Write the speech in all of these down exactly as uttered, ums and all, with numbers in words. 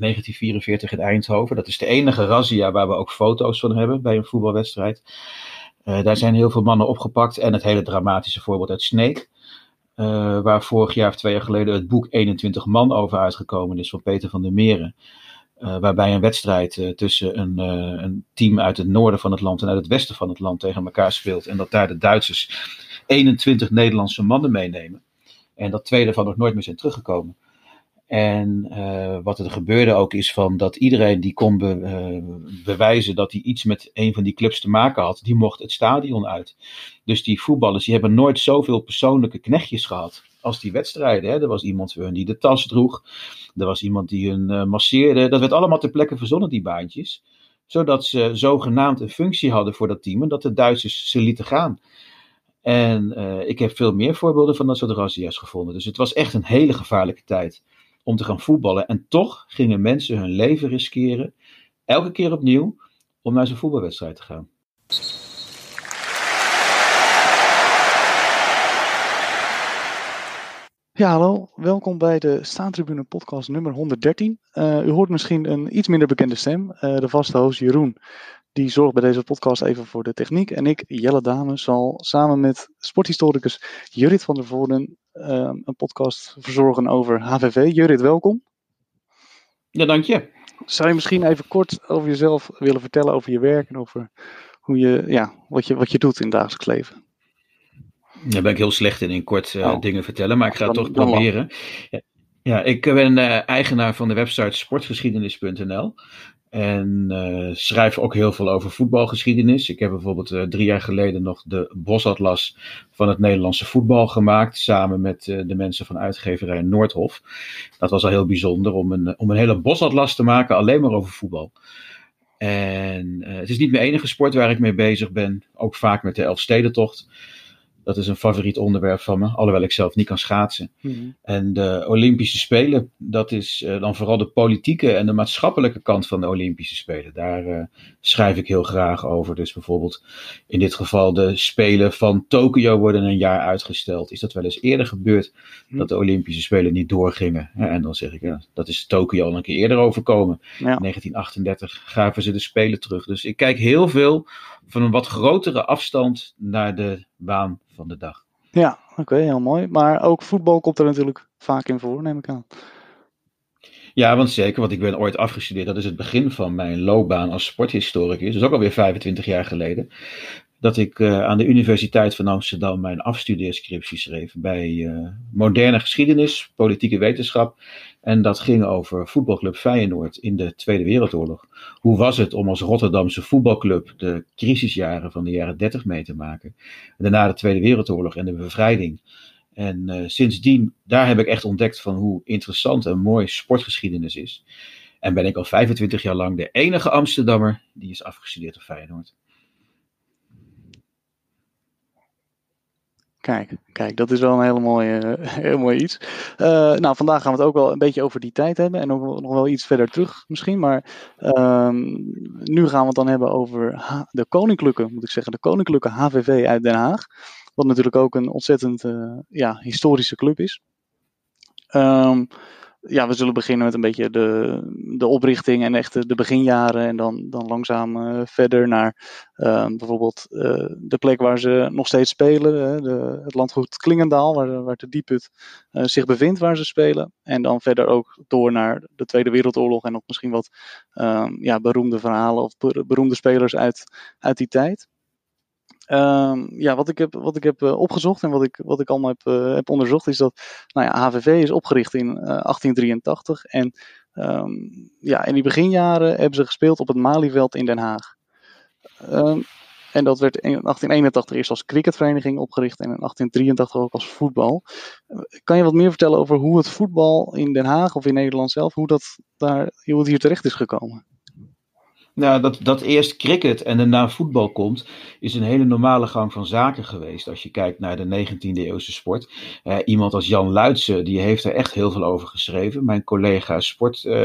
negentien vierenveertig in Eindhoven. Dat is de enige razzia waar we ook foto's van hebben bij een voetbalwedstrijd. Uh, daar zijn heel veel mannen opgepakt. En het hele dramatische voorbeeld uit Sneek. Uh, waar vorig jaar of twee jaar geleden het boek eenentwintig man over uitgekomen is van Peter van der Meren. Uh, waarbij een wedstrijd uh, tussen een, uh, een team uit het noorden van het land en uit het westen van het land tegen elkaar speelt. En dat daar de Duitsers eenentwintig Nederlandse mannen meenemen. En dat twee daarvan nog nooit meer zijn teruggekomen. En uh, wat er gebeurde ook is van dat iedereen die kon be, uh, bewijzen dat hij iets met een van die clubs te maken had, die mocht het stadion uit. Dus die voetballers die hebben nooit zoveel persoonlijke knechtjes gehad als die wedstrijden. Hè. Er was iemand voor hun die de tas droeg. Er was iemand die hun uh, masseerde. Dat werd allemaal ter plekke verzonnen, die baantjes. Zodat ze zogenaamd een functie hadden voor dat team en dat de Duitsers ze lieten gaan. En uh, ik heb veel meer voorbeelden van dat soort razzia's gevonden. Dus het was echt een hele gevaarlijke tijd om te gaan voetballen. En toch gingen mensen hun leven riskeren, elke keer opnieuw, om naar zo'n voetbalwedstrijd te gaan. Ja, hallo. Welkom bij de Staantribune podcast nummer honderddertien. Uh, u hoort misschien een iets minder bekende stem. Uh, de vaste host Jeroen, die zorgt bij deze podcast even voor de techniek. En ik, Jelle Dame, zal samen met sporthistoricus Jurrit van der Voorden uh, een podcast verzorgen over H V V. Jurrit, welkom. Ja, dank je. Zou je misschien even kort over jezelf willen vertellen, over je werk en over hoe je, ja, wat je, wat je doet in het dagelijks leven? Daar ben ik heel slecht in, in kort uh, oh. dingen vertellen, maar ik ga het dan, toch proberen. Ja, ja, ik ben uh, eigenaar van de website sportgeschiedenis punt n l en uh, schrijf ook heel veel over voetbalgeschiedenis. Ik heb bijvoorbeeld uh, drie jaar geleden nog de Bosatlas van het Nederlandse voetbal gemaakt, samen met uh, de mensen van uitgeverij Noordhof. Dat was al heel bijzonder om een, om een hele Bosatlas te maken, alleen maar over voetbal. En uh, het is niet mijn enige sport waar ik mee bezig ben, ook vaak met de Elfstedentocht. Dat is een favoriet onderwerp van me, alhoewel ik zelf niet kan schaatsen. Mm-hmm. En de Olympische Spelen, dat is uh, dan vooral de politieke en de maatschappelijke kant van de Olympische Spelen. Daar uh, schrijf ik heel graag over. Dus bijvoorbeeld in dit geval de Spelen van Tokio worden een jaar uitgesteld. Is dat wel eens eerder gebeurd mm-hmm. dat de Olympische Spelen niet doorgingen? Ja, en dan zeg ik, ja, dat is Tokio al een keer eerder overkomen. Ja. In negentien achtendertig gaven ze de Spelen terug. Dus ik kijk heel veel van een wat grotere afstand naar de baan van de dag. Ja, oké, okay, heel mooi. Maar ook voetbal komt er natuurlijk vaak in voor, neem ik aan. Ja, want zeker, want ik ben ooit afgestudeerd. Dat is het begin van mijn loopbaan als sporthistoricus. Dat is ook alweer vijfentwintig jaar geleden. Dat ik uh, aan de Universiteit van Amsterdam mijn afstudeerscriptie schreef bij uh, moderne geschiedenis, politieke wetenschap. En dat ging over voetbalclub Feyenoord in de Tweede Wereldoorlog. Hoe was het om als Rotterdamse voetbalclub de crisisjaren van de jaren dertig mee te maken? Daarna de Tweede Wereldoorlog en de bevrijding. En uh, sindsdien, daar heb ik echt ontdekt van hoe interessant en mooi sportgeschiedenis is. En ben ik al vijfentwintig jaar lang de enige Amsterdammer die is afgestudeerd op Feyenoord. Kijk, kijk, dat is wel een hele mooie, heel mooi iets. Uh, nou, vandaag gaan we het ook wel een beetje over die tijd hebben. En ook nog wel iets verder terug misschien. Maar uh, nu gaan we het dan hebben over H- de koninklijke, moet ik zeggen, de koninklijke H V V uit Den Haag. Wat natuurlijk ook een ontzettend uh, ja, historische club is. Um, Ja, we zullen beginnen met een beetje de, de oprichting en echt de, de beginjaren. En dan, dan langzaam uh, verder naar uh, bijvoorbeeld uh, de plek waar ze nog steeds spelen. Hè, de, het landgoed Klingendaal, waar, waar de Dieput uh, zich bevindt waar ze spelen. En dan verder ook door naar de Tweede Wereldoorlog en nog misschien wat um, ja, beroemde verhalen of beroemde spelers uit, uit die tijd. Um, ja, wat ik heb, wat ik heb uh, opgezocht en wat ik, wat ik allemaal heb, uh, heb onderzocht is dat nou ja, H V V is opgericht in uh, achttien drieëntachtig en um, ja, in die beginjaren hebben ze gespeeld op het Malieveld in Den Haag. Um, en dat werd in achttien eenentachtig eerst als cricketvereniging opgericht en in achttien drieëntachtig ook als voetbal. Uh, kan je wat meer vertellen over hoe het voetbal in Den Haag of in Nederland zelf, hoe dat daar, hoe het hier terecht is gekomen? Nou, dat, dat eerst cricket en daarna voetbal komt, is een hele normale gang van zaken geweest. Als je kijkt naar de negentiende eeuwse sport. Uh, iemand als Jan Luitsen, die heeft er echt heel veel over geschreven. Mijn collega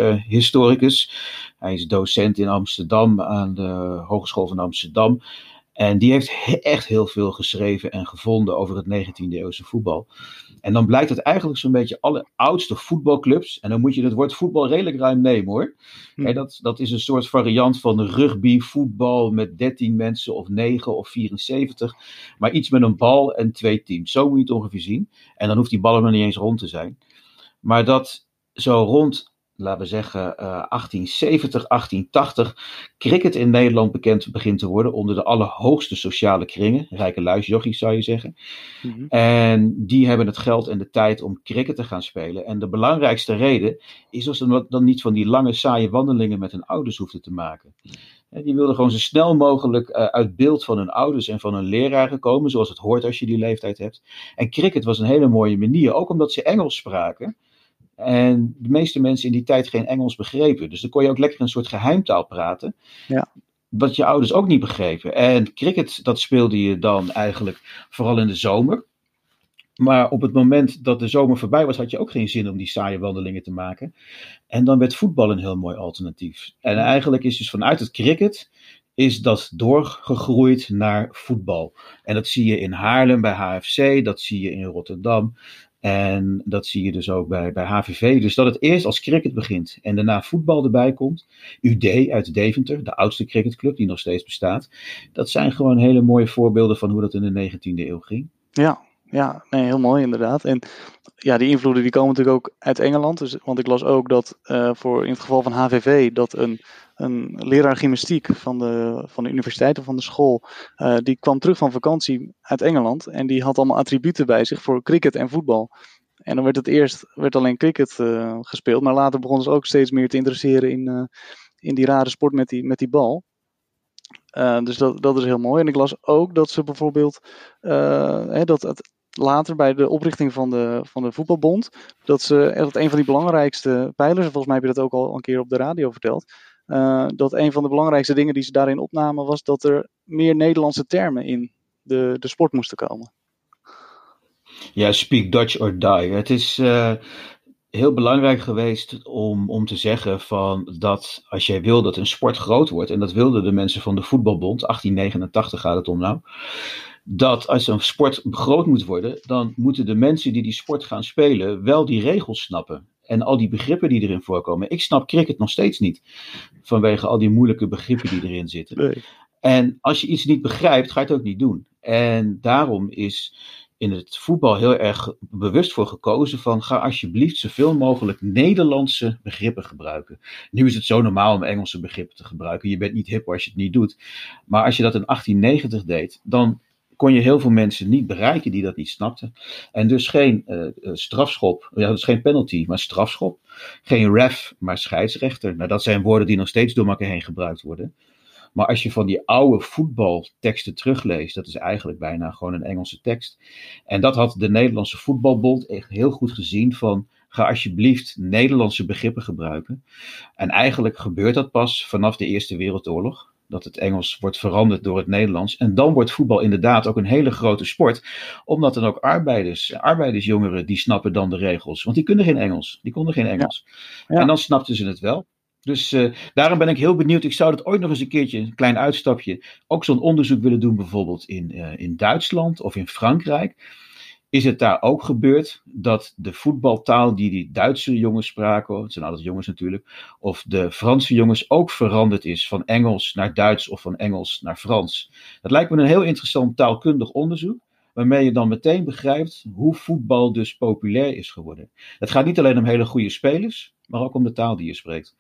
sporthistoricus. Uh, Hij is docent in Amsterdam aan de Hogeschool van Amsterdam. En die heeft he- echt heel veel geschreven en gevonden over het negentiende eeuwse voetbal. En dan blijkt dat eigenlijk zo'n beetje alle oudste voetbalclubs, en dan moet je het woord voetbal redelijk ruim nemen hoor. Hm. Hè, dat, dat is een soort variant van rugby, voetbal met dertien mensen of negen of vierenzeventig. Maar iets met een bal en twee teams. Zo moet je het ongeveer zien. En dan hoeft die bal er nog niet eens rond te zijn. Maar dat zo rond, laten we zeggen, uh, achttien zeventig, achttien tachtig, cricket in Nederland bekend begint te worden onder de allerhoogste sociale kringen. Rijke luisjochies zou je zeggen. Mhm. En die hebben het geld en de tijd om cricket te gaan spelen. En de belangrijkste reden is dat ze dan niet van die lange saaie wandelingen met hun ouders hoefden te maken. En die wilden gewoon zo snel mogelijk uh, uit beeld van hun ouders en van hun leraren komen, zoals het hoort als je die leeftijd hebt. En cricket was een hele mooie manier, ook omdat ze Engels spraken. En de meeste mensen in die tijd geen Engels begrepen. Dus dan kon je ook lekker een soort geheimtaal praten. Ja. Wat je ouders ook niet begrepen. En cricket, dat speelde je dan eigenlijk vooral in de zomer. Maar op het moment dat de zomer voorbij was, had je ook geen zin om die saaie wandelingen te maken. En dan werd voetbal een heel mooi alternatief. En eigenlijk is dus vanuit het cricket is dat doorgegroeid naar voetbal. En dat zie je in Haarlem bij H F C, dat zie je in Rotterdam. En dat zie je dus ook bij, bij H V V. Dus dat het eerst als cricket begint en daarna voetbal erbij komt. U D uit Deventer, de oudste cricketclub die nog steeds bestaat. Dat zijn gewoon hele mooie voorbeelden van hoe dat in de negentiende eeuw ging. Ja, ja, nee, heel mooi inderdaad. En ja, die invloeden die komen natuurlijk ook uit Engeland. Dus, want ik las ook dat uh, voor in het geval van H V V dat een, een leraar gymnastiek van de, van de universiteit of van de school, uh, die kwam terug van vakantie uit Engeland en die had allemaal attributen bij zich voor cricket en voetbal. En dan werd het eerst werd alleen cricket uh, gespeeld, maar later begonnen ze ook steeds meer te interesseren in, uh, in die rare sport met die, met die bal. Uh, dus dat, dat is heel mooi. En ik las ook dat ze bijvoorbeeld uh, hè, dat het later bij de oprichting van de, van de voetbalbond, dat ze echt een van die belangrijkste pijlers, en volgens mij heb je dat ook al een keer op de radio verteld, uh, dat een van de belangrijkste dingen die ze daarin opnamen was dat er meer Nederlandse termen in de, de sport moesten komen. Ja, speak Dutch or die. Het is uh, heel belangrijk geweest om, om te zeggen van dat als jij wil dat een sport groot wordt, en dat wilden de mensen van de voetbalbond, achttien negenentachtig gaat het om nou, dat als een sport groot moet worden, dan moeten de mensen die die sport gaan spelen wel die regels snappen. En al die begrippen die erin voorkomen. Ik snap cricket nog steeds niet. Vanwege al die moeilijke begrippen die erin zitten. Nee. En als je iets niet begrijpt, ga je het ook niet doen. En daarom is in het voetbal heel erg bewust voor gekozen van ga alsjeblieft zoveel mogelijk Nederlandse begrippen gebruiken. Nu is het zo normaal om Engelse begrippen te gebruiken. Je bent niet hip als je het niet doet. Maar als je dat in achttien negentig deed, dan kon je heel veel mensen niet bereiken die dat niet snapten. En dus geen uh, strafschop, ja, dat is geen penalty, maar strafschop. Geen ref, maar scheidsrechter. Nou, dat zijn woorden die nog steeds door elkaar heen gebruikt worden. Maar als je van die oude voetbalteksten terugleest, dat is eigenlijk bijna gewoon een Engelse tekst. En dat had de Nederlandse Voetbalbond echt heel goed gezien van ga alsjeblieft Nederlandse begrippen gebruiken. En eigenlijk gebeurt dat pas vanaf de Eerste Wereldoorlog. Dat het Engels wordt veranderd door het Nederlands. En dan wordt voetbal inderdaad ook een hele grote sport. Omdat dan ook arbeiders, arbeidersjongeren, die snappen dan de regels. Want die kunnen geen Engels. Die konden geen Engels. Ja. Ja. En dan snapten ze het wel. Dus uh, daarom ben ik heel benieuwd. Ik zou dat ooit nog eens een keertje, een klein uitstapje, ook zo'n onderzoek willen doen bijvoorbeeld in, uh, in Duitsland of in Frankrijk. Is het daar ook gebeurd dat de voetbaltaal die die Duitse jongens spraken, het zijn altijd jongens natuurlijk, of de Franse jongens ook veranderd is van Engels naar Duits of van Engels naar Frans? Dat lijkt me een heel interessant taalkundig onderzoek, waarmee je dan meteen begrijpt hoe voetbal dus populair is geworden. Het gaat niet alleen om hele goede spelers, maar ook om de taal die je spreekt.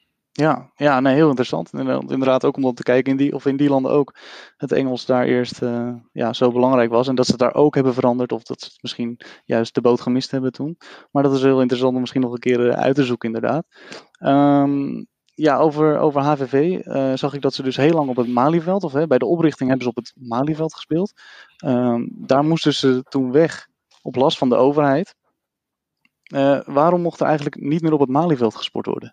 Ja, ja, nee, heel interessant. Inderdaad ook om op te kijken in die, of in die landen ook het Engels daar eerst uh, ja, zo belangrijk was. En dat ze het daar ook hebben veranderd. Of dat ze het misschien juist de boot gemist hebben toen. Maar dat is heel interessant om misschien nog een keer uh, uit te zoeken inderdaad. Um, ja, over, over H V V uh, zag ik dat ze dus heel lang op het Malieveld, of hè, bij de oprichting hebben ze op het Malieveld gespeeld. Um, daar moesten ze toen weg op last van de overheid. Uh, waarom mocht er eigenlijk niet meer op het Malieveld gesport worden?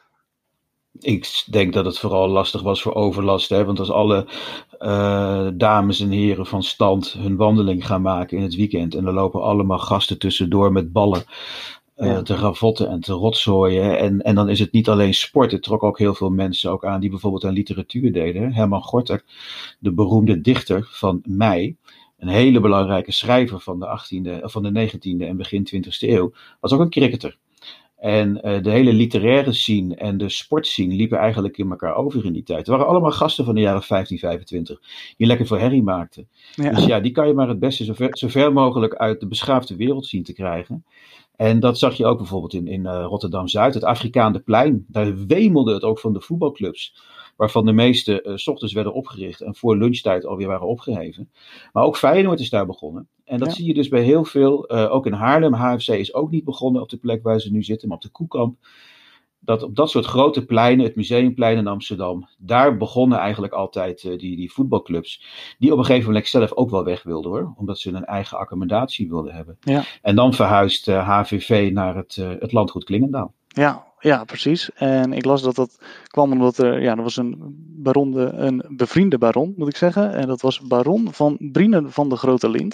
Ik denk dat het vooral lastig was voor overlast. Hè? Want als alle uh, dames en heren van stand hun wandeling gaan maken in het weekend. En er lopen allemaal gasten tussendoor met ballen. uh, ja. te ravotten en te rotzooien. En, en dan is het niet alleen sport. Het trok ook heel veel mensen ook aan die bijvoorbeeld aan literatuur deden. Herman Gorter, de beroemde dichter van Mei, een hele belangrijke schrijver van de, achttiende, van de negentiende en begin twintigste eeuw, was ook een cricketer. En uh, de hele literaire scene en de sportscene liepen eigenlijk in elkaar over in die tijd. Het waren allemaal gasten van de jaren vijftien vijfentwintig, die lekker voor herrie maakten. Ja. Dus ja, die kan je maar het beste zo ver, zo ver mogelijk uit de beschaafde wereld zien te krijgen. En dat zag je ook bijvoorbeeld in, in uh, Rotterdam-Zuid, het Afrikaanderplein. Daar wemelde het ook van de voetbalclubs, waarvan de meeste uh, 's ochtends werden opgericht en voor lunchtijd alweer waren opgeheven. Maar ook Feyenoord is daar begonnen. En dat ja. zie je dus bij heel veel, uh, ook in Haarlem. H F C is ook niet begonnen op de plek waar ze nu zitten, maar op de Koekamp. Dat op dat soort grote pleinen, het Museumplein in Amsterdam, daar begonnen eigenlijk altijd uh, die, die voetbalclubs. Die op een gegeven moment zelf ook wel weg wilden hoor, omdat ze een eigen accommodatie wilden hebben. Ja. En dan verhuist uh, H V V naar het, uh, het landgoed Klingendaal. Ja, ja, precies. En ik las dat dat kwam omdat er, ja, er was een baron, de, een bevriende baron, moet ik zeggen. En dat was baron van Brienen van de Grote Lind.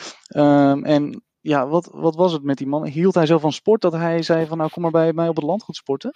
Um, en ja, wat, wat was het met die man? Hield hij zo van sport dat hij zei van nou kom maar bij mij op het landgoed sporten?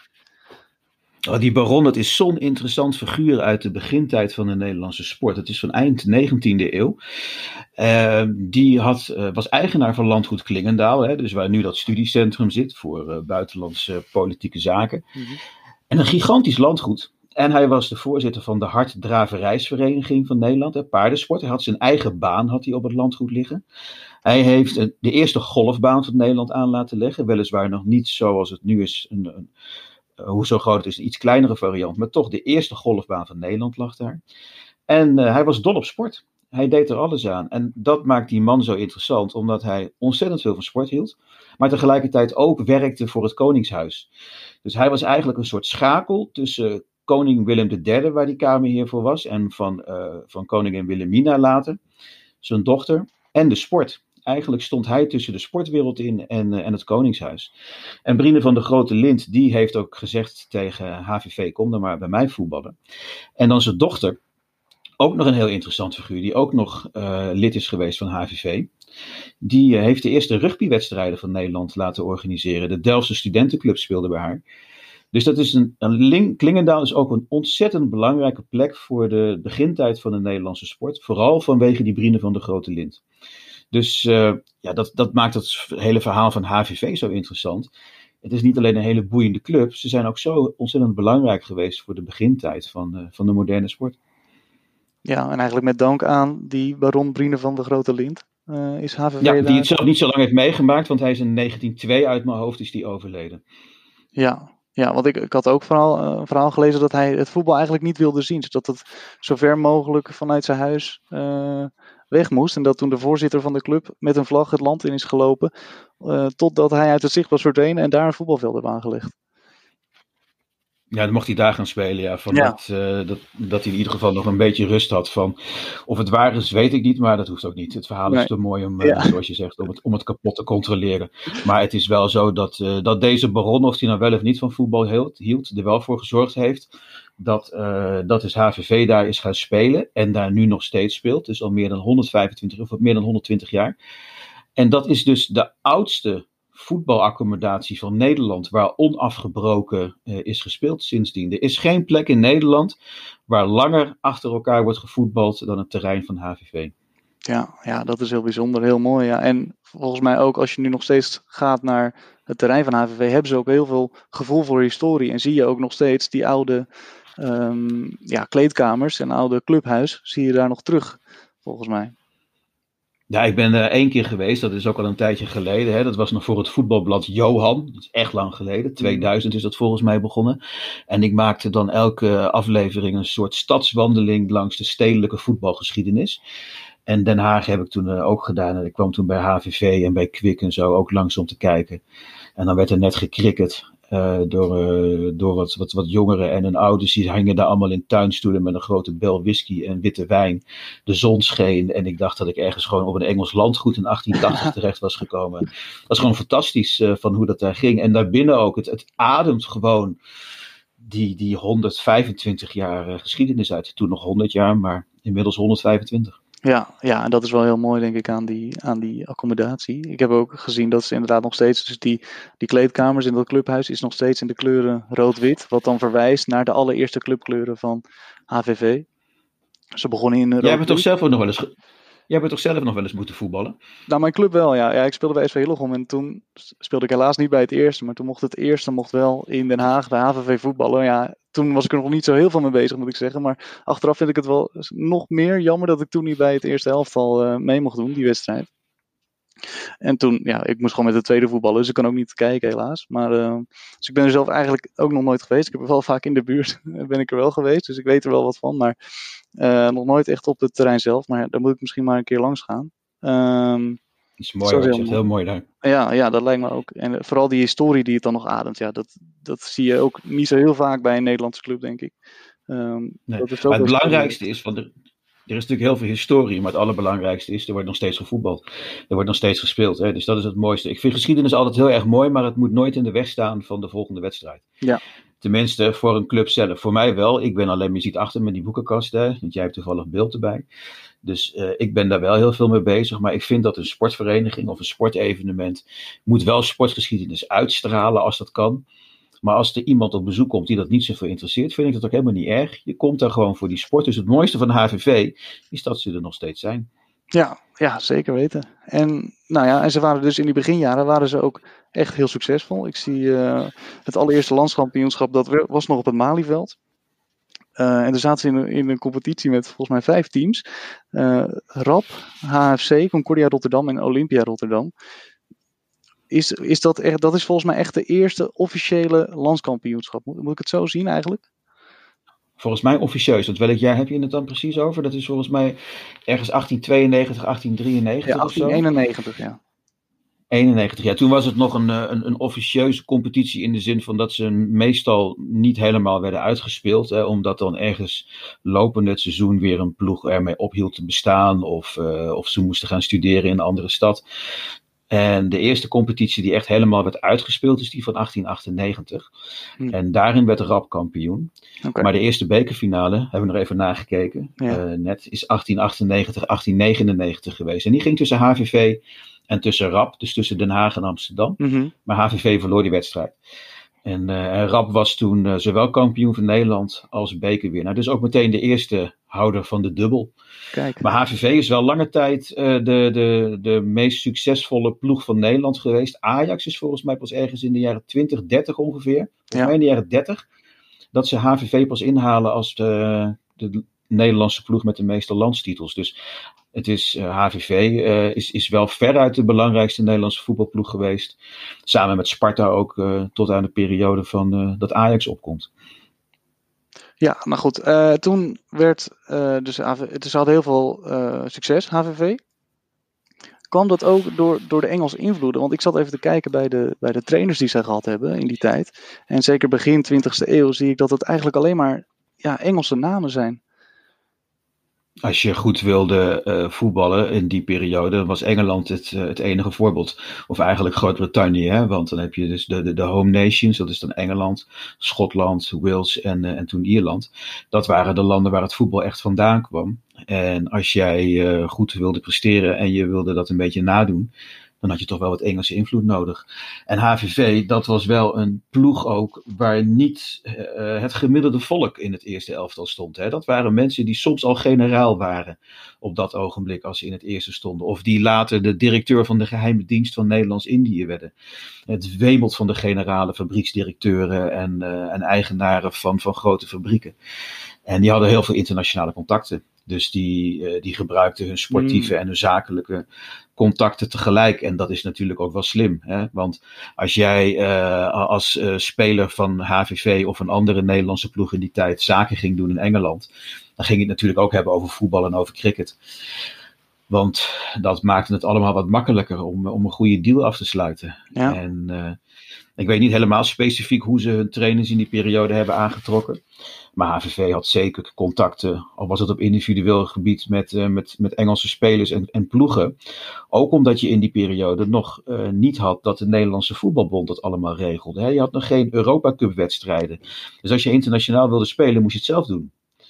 Oh, die baron, dat is zo'n interessant figuur uit de begintijd van de Nederlandse sport. Het is van eind negentiende eeuw. Uh, die had, uh, was eigenaar van landgoed Klingendaal, hè, dus waar nu dat studiecentrum zit voor uh, buitenlandse uh, politieke zaken. Mm-hmm. En een gigantisch landgoed. En hij was de voorzitter van de Harddraverijsvereniging van Nederland, hè, paardensport. Hij had zijn eigen baan had hij op het landgoed liggen. Hij heeft uh, de eerste golfbaan van Nederland aan laten leggen. Weliswaar nog niet zoals het nu is, een, een Uh, hoe zo groot het is, een iets kleinere variant. Maar toch, de eerste golfbaan van Nederland lag daar. En uh, hij was dol op sport. Hij deed er alles aan. En dat maakt die man zo interessant, omdat hij ontzettend veel van sport hield. Maar tegelijkertijd ook werkte voor het Koningshuis. Dus hij was eigenlijk een soort schakel tussen koning Willem de derde, waar die kamerheer voor was. En van, uh, van koningin Wilhelmina later, zijn dochter. En de sport. Eigenlijk stond hij tussen de sportwereld in en, uh, en het Koningshuis. En Brienen van de Grote Lind, die heeft ook gezegd tegen H V V, kom dan maar bij mij voetballen. En dan zijn dochter, ook nog een heel interessant figuur, die ook nog uh, lid is geweest van H V V. Die uh, heeft de eerste rugbywedstrijden van Nederland laten organiseren. De Delftse Studentenclub speelde bij haar. Dus dat is een, een link, Klingendaal is ook een ontzettend belangrijke plek voor de begintijd van de Nederlandse sport. Vooral vanwege die Brienen van de Grote Lind. Dus uh, ja, dat, dat maakt het hele verhaal van H V V zo interessant. Het is niet alleen een hele boeiende club. Ze zijn ook zo ontzettend belangrijk geweest voor de begintijd van, uh, van de moderne sport. Ja, en eigenlijk met dank aan die baron Brienen van de Grote Lind uh, is H V V Ja, die daar... het zelf niet zo lang heeft meegemaakt, want hij is in negentien nul twee uit mijn hoofd is die overleden. Ja, ja, want ik, ik had ook vooral uh, een verhaal gelezen dat hij het voetbal eigenlijk niet wilde zien. Zodat het zo ver mogelijk vanuit zijn huis uh, weg moest. En dat toen de voorzitter van de club met een vlag het land in is gelopen. Uh, totdat hij uit het zicht was verdwenen en daar een voetbalveld heeft aangelegd. Ja, dan mocht hij daar gaan spelen. Ja, van ja. Dat, uh, dat, dat hij in ieder geval nog een beetje rust had. Van, of het waar is, weet ik niet, maar dat hoeft ook niet. Het verhaal nee. is te mooi om, uh, ja. zoals je zegt, om het, om het kapot te controleren. Maar het is wel zo dat, uh, dat deze baron, of hij nou wel of niet van voetbal hield, hield er wel voor gezorgd heeft dat, uh, dat dus H V V daar is gaan spelen. En daar nu nog steeds speelt. Dus al meer dan honderdvijfentwintig of meer dan honderdtwintig jaar. En dat is dus de oudste voetbalaccommodatie van Nederland, waar onafgebroken uh, is gespeeld sindsdien. Er is geen plek in Nederland waar langer achter elkaar wordt gevoetbald dan het terrein van H V V. Ja, ja, dat is heel bijzonder, heel mooi. Ja. En volgens mij ook, als je nu nog steeds gaat naar het terrein van H V V, hebben ze ook heel veel gevoel voor historie. En zie je ook nog steeds die oude um, ja, kleedkamers en oude clubhuis, zie je daar nog terug, volgens mij. Ja, ik ben er één keer geweest, dat is ook al een tijdje geleden. Hè. Dat was nog voor het voetbalblad Johan, dat is echt lang geleden. tweeduizend is dat volgens mij begonnen. En ik maakte dan elke aflevering een soort stadswandeling langs de stedelijke voetbalgeschiedenis. En Den Haag heb ik toen uh, ook gedaan. En ik kwam toen bij H V V en bij Kwik en zo ook langs om te kijken. En dan werd er net gecricket uh, door, uh, door wat, wat, wat jongeren en hun ouders. Die hingen daar allemaal in tuinstoelen met een grote bel whisky en witte wijn. De zon scheen en ik dacht dat ik ergens gewoon op een Engels landgoed in achttien tachtig terecht was gekomen. Dat was gewoon fantastisch uh, van hoe dat daar ging. En daarbinnen ook, het, het ademt gewoon die, die honderdvijfentwintig jaar uh, geschiedenis uit. Toen nog honderd jaar, maar inmiddels honderdvijfentwintig. Ja, ja, en dat is wel heel mooi, denk ik, aan die, aan die accommodatie. Ik heb ook gezien dat ze inderdaad nog steeds, dus die, die kleedkamers in dat clubhuis is nog steeds in de kleuren rood-wit, wat dan verwijst naar de allereerste clubkleuren van H V V. Ze begonnen in Jij bent toch rood-wit. zelf ook nog wel eens, ge- jij bent toch zelf nog wel eens moeten voetballen? Nou, mijn club wel, ja. Ja, ik speelde bij S V Hillegom en toen speelde ik helaas niet bij het eerste, maar toen mocht het eerste mocht wel in Den Haag bij H V V voetballen. Ja, toen was ik er nog niet zo heel veel mee bezig, moet ik zeggen. Maar achteraf vind ik het wel nog meer jammer dat ik toen niet bij het eerste elftal uh, mee mocht doen, die wedstrijd. En toen, ja, ik moest gewoon met de tweede voetballen, dus ik kan ook niet kijken helaas. Maar, uh, dus ik ben er zelf eigenlijk ook nog nooit geweest. Ik heb er wel vaak in de buurt, ben ik er wel geweest, dus ik weet er wel wat van. Maar uh, nog nooit echt op het terrein zelf, maar daar moet ik misschien maar een keer langs gaan. Um, Dat is mooi hoor, het is heel mooi daar. Ja, ja, dat lijkt me ook. En vooral die historie die het dan nog ademt, ja, dat, dat zie je ook niet zo heel vaak bij een Nederlandse club, denk ik. Um, Nee. dat is maar het belangrijkste is, want er, er is natuurlijk heel veel historie, maar het allerbelangrijkste is, er wordt nog steeds gevoetbald. Er wordt nog steeds gespeeld, hè? Dus dat is het mooiste. Ik vind geschiedenis altijd heel erg mooi, maar het moet nooit in de weg staan van de volgende wedstrijd. Ja. Tenminste, voor een club zelf. Voor mij wel. Ik ben alleen, je ziet achter me die boekenkast, hè? Want jij hebt toevallig beeld erbij. Dus uh, ik ben daar wel heel veel mee bezig. Maar ik vind dat een sportvereniging of een sportevenement moet wel sportgeschiedenis uitstralen als dat kan. Maar als er iemand op bezoek komt die dat niet zoveel interesseert, vind ik dat ook helemaal niet erg. Je komt daar gewoon voor die sport. Dus het mooiste van de H V V is dat ze er nog steeds zijn. Ja, ja, zeker weten. En, nou ja, en ze waren dus in die beginjaren waren ze ook echt heel succesvol. Ik zie uh, het allereerste landskampioenschap, dat was nog op het Malieveld. Uh, en toen zaten ze in een, in een competitie met volgens mij vijf teams. Uh, R A P, H F C, Concordia Rotterdam en Olympia Rotterdam. Is, is dat, echt, dat is volgens mij echt de eerste officiële landskampioenschap. Moet, moet ik het zo zien eigenlijk? Volgens mij officieus. Want welk jaar heb je het dan precies over? Dat is volgens mij ergens achttien tweeënnegentig, achttien drieënnegentig ja, achttien eenennegentig, of zo. Ja. eenennegentig, ja. Toen was het nog een, een, een officieuze competitie in de zin van dat ze meestal niet helemaal werden uitgespeeld. Hè, omdat dan ergens lopende het seizoen weer een ploeg ermee ophield te bestaan. Of, uh, of ze moesten gaan studeren in een andere stad. En de eerste competitie die echt helemaal werd uitgespeeld is die van achttien achtennegentig. Hm. En daarin werd R A P kampioen. Okay. Maar de eerste bekerfinale, hebben we nog even nagekeken, ja. uh, net, is achttien achtennegentig, achttien negenennegentig geweest. En die ging tussen H V V en tussen R A P, dus tussen Den Haag en Amsterdam. Mm-hmm. Maar H V V verloor die wedstrijd. En uh, R A P was toen uh, zowel kampioen van Nederland als bekerwinnaar. Dus ook meteen de eerste houder van de dubbel. Kijk. Maar H V V is wel lange tijd uh, de, de, de meest succesvolle ploeg van Nederland geweest. Ajax is volgens mij pas ergens in de jaren twintig, dertig ongeveer. Volgens ja. mij in de jaren dertig. Dat ze H V V pas inhalen als de, de Nederlandse ploeg met de meeste landstitels. Dus het is, uh, H V V uh, is, is wel veruit de belangrijkste Nederlandse voetbalploeg geweest. Samen met Sparta ook uh, tot aan de periode van uh, dat Ajax opkomt. Ja, nou goed. Uh, toen werd, uh, dus, dus ze hadden heel veel uh, succes, H V V. Kwam dat ook door, door de Engelse invloeden? Want ik zat even te kijken bij de, bij de trainers die zij gehad hebben in die tijd. En zeker begin twintigste eeuw zie ik dat het eigenlijk alleen maar ja, Engelse namen zijn. Als je goed wilde uh, voetballen in die periode, was Engeland het, uh, het enige voorbeeld. Of eigenlijk Groot-Brittannië, hè? Want dan heb je dus de, de, de home nations, dat is dan Engeland, Schotland, Wales en, uh, en toen Ierland. Dat waren de landen waar het voetbal echt vandaan kwam. En als jij uh, goed wilde presteren en je wilde dat een beetje nadoen, dan had je toch wel wat Engelse invloed nodig. En H V V, dat was wel een ploeg ook waar niet uh, het gemiddelde volk in het eerste elftal stond. Hè. Dat waren mensen die soms al generaal waren op dat ogenblik als ze in het eerste stonden. Of die later de directeur van de geheime dienst van Nederlands-Indië werden. Het wemelt van de generale fabrieksdirecteuren en, uh, en eigenaren van, van grote fabrieken. En die hadden heel veel internationale contacten. Dus die, uh, die gebruikten hun sportieve mm. en hun zakelijke contacten tegelijk. En dat is natuurlijk ook wel slim. Hè? Want als jij uh, als uh, speler van H V V of een andere Nederlandse ploeg in die tijd zaken ging doen in Engeland, dan ging je het natuurlijk ook hebben over voetbal en over cricket. Want dat maakte het allemaal wat makkelijker om, om een goede deal af te sluiten. Ja. En uh, ik weet niet helemaal specifiek hoe ze hun trainers in die periode hebben aangetrokken. Maar H V V had zeker contacten, al was het op individueel gebied, met, uh, met, met Engelse spelers en, en ploegen. Ook omdat je in die periode nog uh, niet had dat de Nederlandse voetbalbond dat allemaal regelde. Hè? Je had nog geen Europa Cup wedstrijden. Dus als je internationaal wilde spelen, moest je het zelf doen.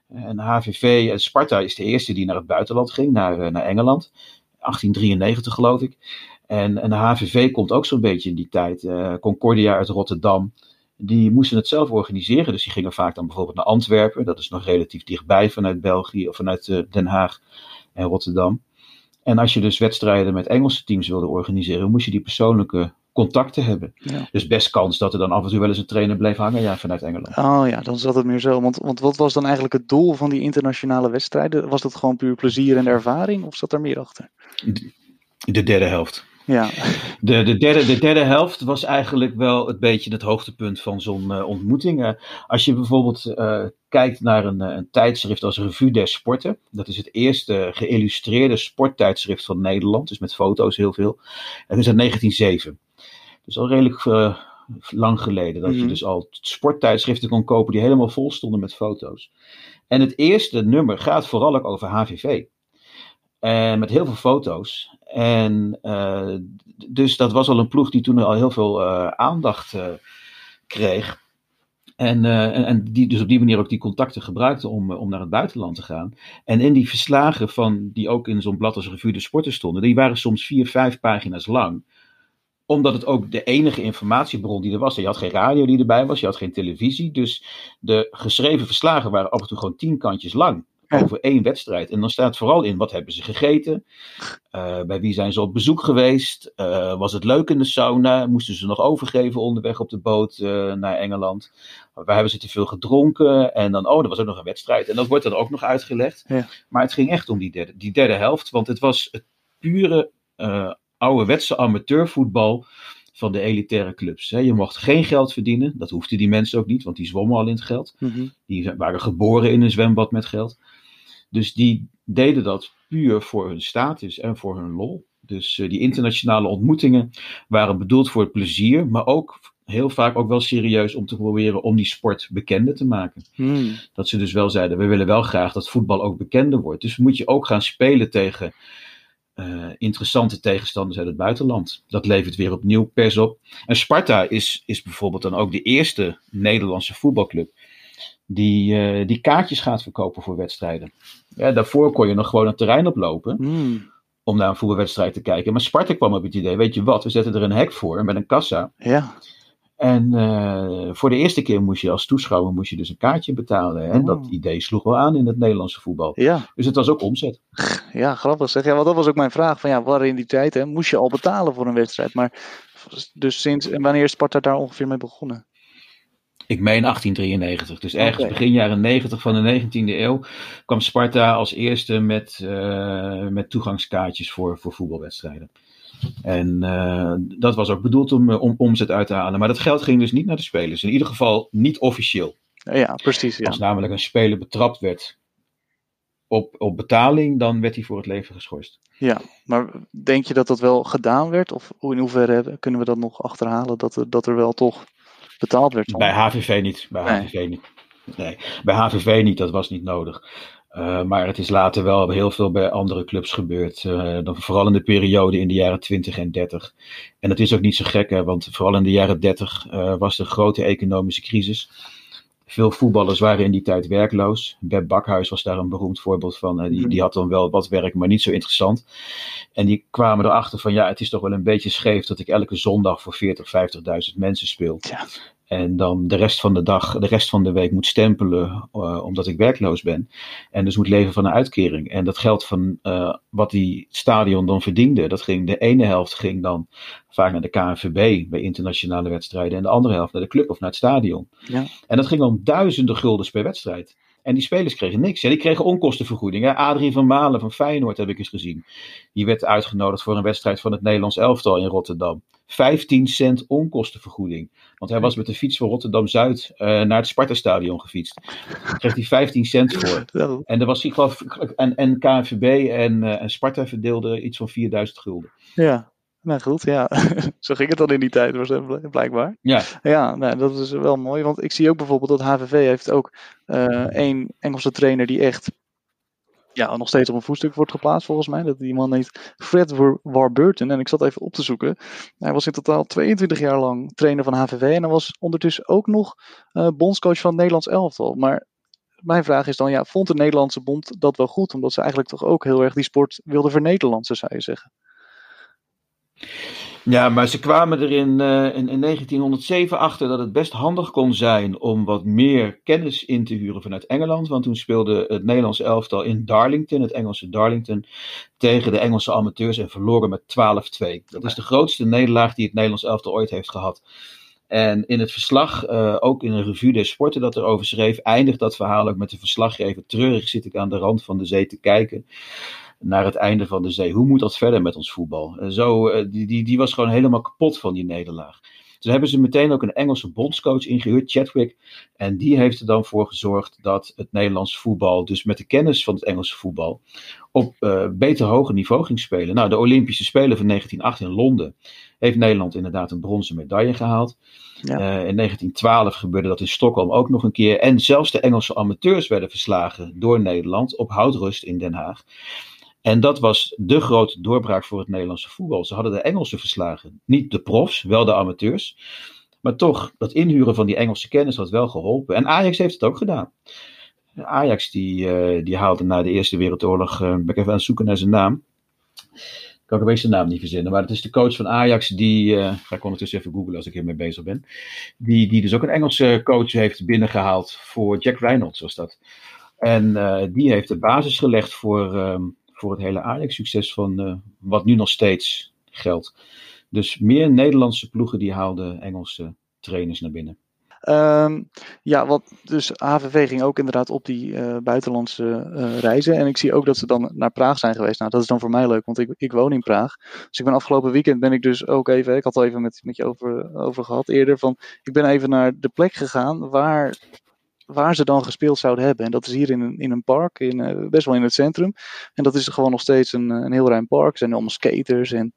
En H V V en Sparta is de eerste die naar het buitenland ging, naar, uh, naar Engeland. achttien drieënnegentig geloof ik. En, en de H V V komt ook zo'n beetje in die tijd. Uh, Concordia uit Rotterdam. Die moesten het zelf organiseren. Dus die gingen vaak dan bijvoorbeeld naar Antwerpen. Dat is nog relatief dichtbij vanuit België of vanuit uh, Den Haag en Rotterdam. En als je dus wedstrijden met Engelse teams wilde organiseren, moest je die persoonlijke contacten hebben. Ja. Dus best kans dat er dan af en toe wel eens een trainer bleef hangen, ja, vanuit Engeland. Oh ja, dan zat het meer zo. Want, want wat was dan eigenlijk het doel van die internationale wedstrijden? Was dat gewoon puur plezier en ervaring of zat er meer achter? De, de derde helft. Ja. De, de, derde, de derde helft was eigenlijk wel een beetje het hoogtepunt van zo'n uh, ontmoeting. Uh, als je bijvoorbeeld uh, kijkt naar een, een tijdschrift als Revue des Sporten. Dat is het eerste geïllustreerde sporttijdschrift van Nederland. Dus met foto's heel veel. En dat is uit negentien zeven. Dus al redelijk uh, lang geleden. Dat mm-hmm. je dus al sporttijdschriften kon kopen die helemaal vol stonden met foto's. En het eerste nummer gaat vooral ook over H V V. En met heel veel foto's. En uh, dus dat was al een ploeg die toen al heel veel uh, aandacht uh, kreeg. En, uh, en, en die dus op die manier ook die contacten gebruikte om, uh, om naar het buitenland te gaan. En in die verslagen van, die ook in zo'n blad als Revue des Sporten stonden, die waren soms vier, vijf pagina's lang. Omdat het ook de enige informatiebron die er was. Je had geen radio die erbij was, je had geen televisie. Dus de geschreven verslagen waren af en toe gewoon tien kantjes lang. Over één wedstrijd. En dan staat vooral in, wat hebben ze gegeten? Uh, bij wie zijn ze op bezoek geweest? Uh, was het leuk in de sauna? Moesten ze nog overgeven onderweg op de boot uh, naar Engeland? Waar hebben ze te veel gedronken? En dan, oh, er was ook nog een wedstrijd. En dat wordt dan ook nog uitgelegd. Ja. Maar het ging echt om die derde, die derde helft. Want het was het pure uh, ouderwetse amateurvoetbal van de elitaire clubs. Je mocht geen geld verdienen. Dat hoefden die mensen ook niet, want die zwommen al in het geld. Mm-hmm. Die waren geboren in een zwembad met geld. Dus die deden dat puur voor hun status en voor hun lol. Dus uh, die internationale ontmoetingen waren bedoeld voor het plezier, maar ook heel vaak ook wel serieus om te proberen om die sport bekender te maken. Mm. Dat ze dus wel zeiden, we willen wel graag dat voetbal ook bekender wordt. Dus moet je ook gaan spelen tegen Uh, interessante tegenstanders uit het buitenland. Dat levert weer opnieuw pers op. En Sparta is, is bijvoorbeeld dan ook de eerste Nederlandse voetbalclub die, uh, die kaartjes gaat verkopen voor wedstrijden. Ja, daarvoor kon je nog gewoon het terrein oplopen mm. om naar een voetbalwedstrijd te kijken. Maar Sparta kwam op het idee, weet je wat, we zetten er een hek voor met een kassa. Ja. En uh, voor de eerste keer moest je als toeschouwer moest je dus een kaartje betalen. En oh. dat idee sloeg wel aan in het Nederlandse voetbal. Ja. Dus het was ook omzet. Ja, grappig zeg. Ja, want dat was ook mijn vraag. Van ja, waar in die tijd hè, moest je al betalen voor een wedstrijd. Maar dus sinds, en wanneer is Sparta daar ongeveer mee begonnen? Ik meen achttien drieënnegentig. Dus ergens okay. begin jaren negentig van de negentiende eeuw kwam Sparta als eerste met, uh, met toegangskaartjes voor, voor voetbalwedstrijden. En uh, dat was ook bedoeld om, om omzet uit te halen. Maar dat geld ging dus niet naar de spelers. In ieder geval niet officieel. Ja, precies. Ja. Als namelijk een speler betrapt werd op, op betaling, dan werd hij voor het leven geschorst. Ja, maar denk je dat dat wel gedaan werd? Of in hoeverre kunnen we dat nog achterhalen? Dat er, dat er wel toch betaald werd? Bij H V V niet. Bij nee. H V V niet. Nee, bij H V V niet. Dat was niet nodig. Uh, maar het is later wel heel veel bij andere clubs gebeurd. Uh, dan vooral in de periode in de jaren twintig en dertig. En dat is ook niet zo gek, hè, want vooral in de jaren dertig uh, was er een grote economische crisis. Veel voetballers waren in die tijd werkloos. Beb Bakhuis was daar een beroemd voorbeeld van. Uh, die, die had dan wel wat werk, maar niet zo interessant. En die kwamen erachter van, ja, het is toch wel een beetje scheef dat ik elke zondag voor veertig, vijftigduizend mensen speel. Ja. En dan de rest van de dag, de rest van de week moet stempelen uh, omdat ik werkloos ben. En dus moet leven van een uitkering. En dat geld van uh, wat die stadion dan verdiende, dat ging, de ene helft ging dan vaak naar de K N V B bij internationale wedstrijden. En de andere helft naar de club of naar het stadion. Ja. En dat ging dan duizenden guldens per wedstrijd. En die spelers kregen niks. Ja, die kregen onkostenvergoeding. Ja, Adrien van Malen van Feyenoord heb ik eens gezien. Die werd uitgenodigd voor een wedstrijd van het Nederlands elftal in Rotterdam. vijftien cent onkostenvergoeding. Want hij was met de fiets van Rotterdam-Zuid uh, naar het Sparta-stadion gefietst. Daar kreeg hij vijftien cent voor. En, er was, ik geloof, en, en K N V B en, uh, en Sparta verdeelden iets van vierduizend gulden. Ja. Nou goed, ja. Zo ging het dan in die tijd, blijkbaar. Ja, ja nou, dat is wel mooi. Want ik zie ook bijvoorbeeld dat H V V heeft ook uh, één Engelse trainer die echt ja, nog steeds op een voetstuk wordt geplaatst volgens mij. Dat die man heet Fred Warburton. En ik zat even op te zoeken. Hij was in totaal tweeëntwintig jaar lang trainer van H V V. En hij was ondertussen ook nog uh, bondscoach van het Nederlands elftal. Maar mijn vraag is dan, ja, vond de Nederlandse bond dat wel goed? Omdat ze eigenlijk toch ook heel erg die sport wilden vernederlandsen, zou je zeggen. Ja, maar ze kwamen er in, uh, in, in negentienhonderdzeven achter dat het best handig kon zijn om wat meer kennis in te huren vanuit Engeland. Want toen speelde het Nederlandse elftal in Darlington, het Engelse Darlington, tegen de Engelse amateurs en verloren met twaalf twee. Dat is de grootste nederlaag die het Nederlands elftal ooit heeft gehad. En in het verslag, uh, ook in een revue des sporten dat erover schreef, eindigt dat verhaal ook met de verslaggever. Treurig zit ik aan de rand van de zee te kijken naar het einde van de zee. Hoe moet dat verder met ons voetbal? Uh, zo, uh, die, die, die was gewoon helemaal kapot van die nederlaag. Toen hebben ze meteen ook een Engelse bondscoach ingehuurd, Chadwick. En die heeft er dan voor gezorgd dat het Nederlandse voetbal, dus met de kennis van het Engelse voetbal, op uh, beter hoger niveau ging spelen. Nou, de Olympische Spelen van negentien acht in Londen heeft Nederland inderdaad een bronzen medaille gehaald. Ja. Uh, in negentien twaalf gebeurde dat in Stockholm ook nog een keer. En zelfs de Engelse amateurs werden verslagen door Nederland op houtrust in Den Haag. En dat was de grote doorbraak voor het Nederlandse voetbal. Ze hadden de Engelsen verslagen. Niet de profs, wel de amateurs. Maar toch, dat inhuren van die Engelse kennis had wel geholpen. En Ajax heeft het ook gedaan. Ajax die, uh, die haalde na de Eerste Wereldoorlog, uh, ben ik even aan het zoeken naar zijn naam. Kan ik opeens zijn naam niet verzinnen. Maar het is de coach van Ajax die, uh, ga ik ondertussen even googlen als ik hiermee bezig ben. Die, die dus ook een Engelse coach heeft binnengehaald voor Jack Reynolds was dat. En uh, die heeft de basis gelegd voor... Um, voor het hele Ajax-succes van uh, wat nu nog steeds geldt. Dus meer Nederlandse ploegen die haalden Engelse trainers naar binnen. Um, ja, wat, dus H V V ging ook inderdaad op die uh, buitenlandse uh, reizen. En ik zie ook dat ze dan naar Praag zijn geweest. Nou, dat is dan voor mij leuk, want ik, ik woon in Praag. Dus ik ben afgelopen weekend ben ik dus ook even, ik had het al even met, met je over, over gehad eerder, van ik ben even naar de plek gegaan waar... waar ze dan gespeeld zouden hebben. En dat is hier in een, in een park, in, uh, best wel in het centrum. En dat is gewoon nog steeds een, een heel ruim park. Er zijn allemaal skaters en,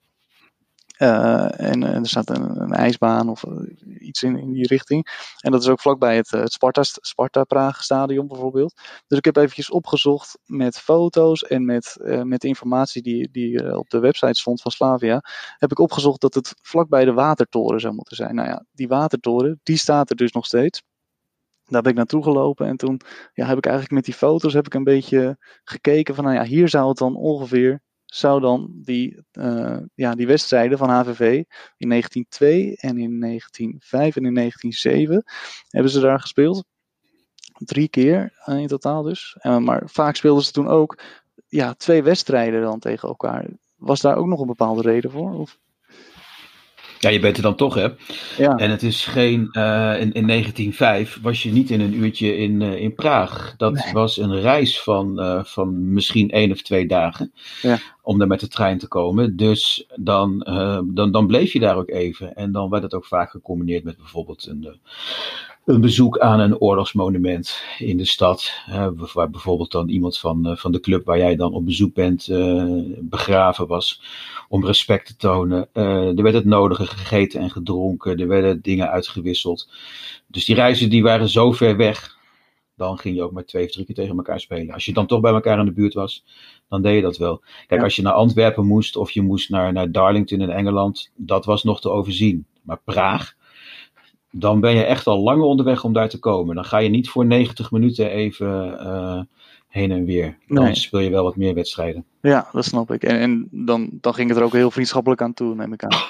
uh, en, en er staat een, een ijsbaan of uh, iets in, in die richting. En dat is ook vlakbij het, het Sparta, Sparta Praag stadion bijvoorbeeld. Dus ik heb eventjes opgezocht met foto's en met, uh, met de informatie die, die uh, op de website stond van Slavia. Heb ik opgezocht dat het vlakbij de watertoren zou moeten zijn. Nou ja, die watertoren, die staat er dus nog steeds. Daar ben ik naartoe gelopen en toen ja, heb ik eigenlijk met die foto's heb ik een beetje gekeken van, nou ja, hier zou het dan ongeveer, zou dan die, uh, ja, die wedstrijden van H V V in negentien twee en in negentien vijf en in negentien zeven hebben ze daar gespeeld. Drie keer uh, in totaal dus. Uh, maar vaak speelden ze toen ook ja, twee wedstrijden dan tegen elkaar. Was daar ook nog een bepaalde reden voor? Of? Ja, je bent er dan toch, hè? Ja. En het is geen... Uh, in, in negentien vijf was je niet in een uurtje in, uh, in Praag. Dat nee. was een reis van, uh, van misschien één of twee dagen. Ja. Om daar met de trein te komen. Dus dan, uh, dan, dan bleef je daar ook even. En dan werd het ook vaak gecombineerd met bijvoorbeeld een... Uh, een bezoek aan een oorlogsmonument in de stad. Uh, waar bijvoorbeeld dan iemand van, uh, van de club waar jij dan op bezoek bent uh, begraven was. Om respect te tonen. Uh, er werd het nodige gegeten en gedronken. Er werden dingen uitgewisseld. Dus die reizen die waren zo ver weg. Dan ging je ook maar twee of drie keer tegen elkaar spelen. Als je dan toch bij elkaar in de buurt was, dan deed je dat wel. Kijk, ja. Als je naar Antwerpen moest of je moest naar, naar Darlington in Engeland. Dat was nog te overzien. Maar Praag... dan ben je echt al lang onderweg om daar te komen. Dan ga je niet voor negentig minuten even uh, heen en weer. Dan nee. speel je wel wat meer wedstrijden. Ja, dat snap ik. En, en dan, dan ging het er ook heel vriendschappelijk aan toe, neem ik aan.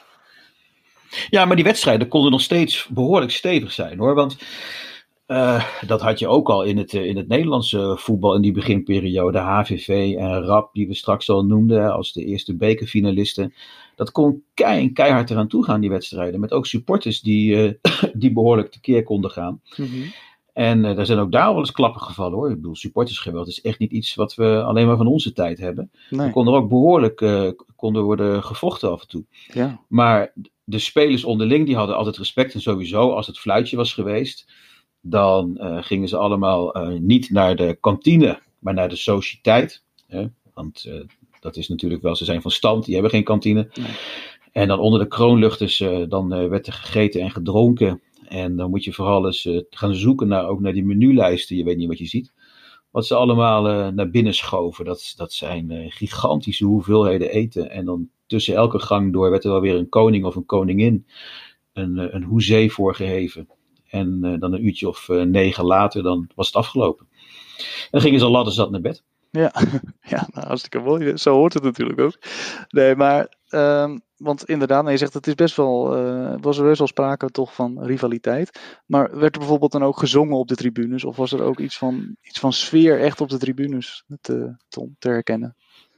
Ja, maar die wedstrijden konden nog steeds behoorlijk stevig zijn, hoor. Want uh, dat had je ook al in het, in het Nederlandse voetbal in die beginperiode. H V V en R A P, die we straks al noemden als de eerste bekerfinalisten. Dat kon kei, keihard eraan toe gaan, die wedstrijden. Met ook supporters die, uh, die behoorlijk tekeer konden gaan. Mm-hmm. En uh, er zijn ook daar wel eens klappen gevallen, hoor. Ik bedoel, supportersgeweld is echt niet iets wat we alleen maar van onze tijd hebben. Nee. Er kon er ook behoorlijk uh, konden worden gevochten af en toe. Ja. Maar de spelers onderling, die hadden altijd respect. En sowieso, als het fluitje was geweest, dan uh, gingen ze allemaal uh, niet naar de kantine, maar naar de sociëteit. Hè? Want... Uh, Dat is natuurlijk wel, ze zijn van stand, die hebben geen kantine. Nee. En dan onder de kroonluchters, uh, dan uh, werd er gegeten en gedronken. En dan moet je vooral eens uh, gaan zoeken naar, ook naar die menulijsten. Je weet niet wat je ziet. Wat ze allemaal uh, naar binnen schoven. Dat, dat zijn uh, gigantische hoeveelheden eten. En dan tussen elke gang door werd er wel weer een koning of een koningin een, uh, een hoezee voorgeheven. En uh, dan een uurtje of uh, negen later, dan was het afgelopen. En dan gingen ze al ladderzat naar bed. Ja, ja nou, hartstikke mooi. Zo hoort het natuurlijk ook. Nee, maar, um, want inderdaad, nou, je zegt het is best wel, uh, was er best wel sprake toch van rivaliteit. Maar werd er bijvoorbeeld dan ook gezongen op de tribunes? Of was er ook iets van, iets van sfeer echt op de tribunes te, te, te herkennen?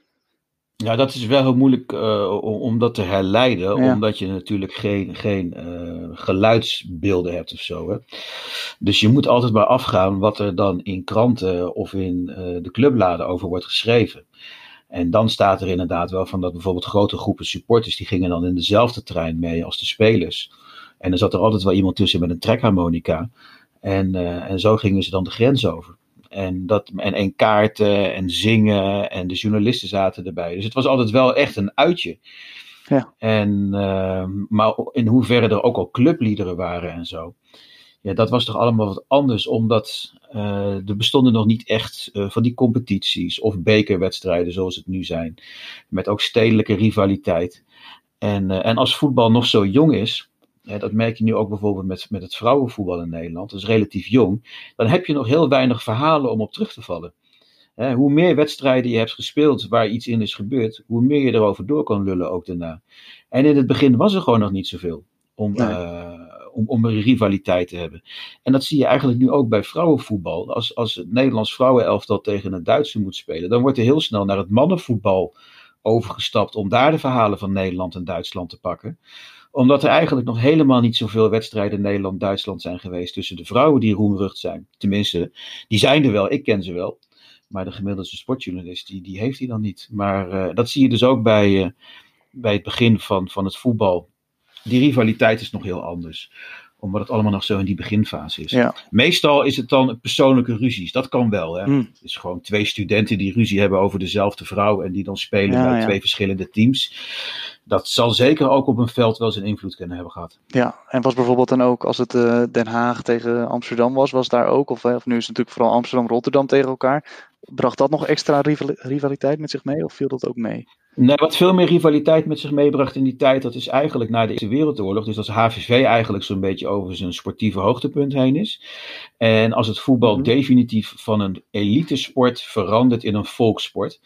Ja, dat is wel heel moeilijk uh, om, om dat te herleiden, Ja. omdat je natuurlijk geen, geen uh, geluidsbeelden hebt of zo. Hè? Dus je moet altijd maar afgaan wat er dan in kranten of in uh, de clubbladen over wordt geschreven. En dan staat er inderdaad wel van dat bijvoorbeeld grote groepen supporters, die gingen dan in dezelfde trein mee als de spelers. En er zat er altijd wel iemand tussen met een trekharmonica. En, uh, en zo gingen ze dan de grens over. En, dat, en, en kaarten en zingen en de journalisten zaten erbij. Dus het was altijd wel echt een uitje. Ja. En, uh, maar in hoeverre er ook al clubliederen waren en zo. Ja, dat was toch allemaal wat anders. Omdat uh, er bestonden nog niet echt uh, van die competities of bekerwedstrijden zoals het nu zijn. Met ook stedelijke rivaliteit. En, uh, en als voetbal nog zo jong is. Ja, dat merk je nu ook bijvoorbeeld met, met het vrouwenvoetbal in Nederland. Dat is relatief jong. Dan heb je nog heel weinig verhalen om op terug te vallen. He, hoe meer wedstrijden je hebt gespeeld waar iets in is gebeurd, hoe meer je erover door kan lullen ook daarna. En in het begin was er gewoon nog niet zoveel om, nee. uh, om, om een rivaliteit te hebben. En dat zie je eigenlijk nu ook bij vrouwenvoetbal. Als, als het Nederlands vrouwenelftal tegen een Duitser moet spelen, dan wordt er heel snel naar het mannenvoetbal overgestapt om daar de verhalen van Nederland en Duitsland te pakken. Omdat er eigenlijk nog helemaal niet zoveel wedstrijden Nederland-Duitsland zijn geweest tussen de vrouwen die roemrucht zijn. Tenminste, die zijn er wel, ik ken ze wel. Maar de gemiddelde sportjournalist, die, die heeft hij dan niet. Maar uh, dat zie je dus ook bij, uh, bij het begin van, van het voetbal. Die rivaliteit is nog heel anders. Omdat het allemaal nog zo in die beginfase is. Ja. Meestal is het dan persoonlijke ruzies. Dat kan wel. Hè? Hmm. Het is gewoon twee studenten die ruzie hebben over dezelfde vrouw. En die dan spelen Ja, bij ja. twee verschillende teams. Dat zal zeker ook op een veld wel zijn invloed kunnen hebben gehad. Ja, en was bijvoorbeeld dan ook als het uh, Den Haag tegen Amsterdam was. Was daar ook, of, of nu is het natuurlijk vooral Amsterdam-Rotterdam tegen elkaar. Bracht dat nog extra rival- rivaliteit met zich mee? Of viel dat ook mee? Nee, wat veel meer rivaliteit met zich meebracht in die tijd, dat is eigenlijk na de Eerste Wereldoorlog. Dus als H V V eigenlijk zo'n beetje over zijn sportieve hoogtepunt heen is. En als het voetbal mm-hmm. definitief van een elitesport verandert in een volkssport.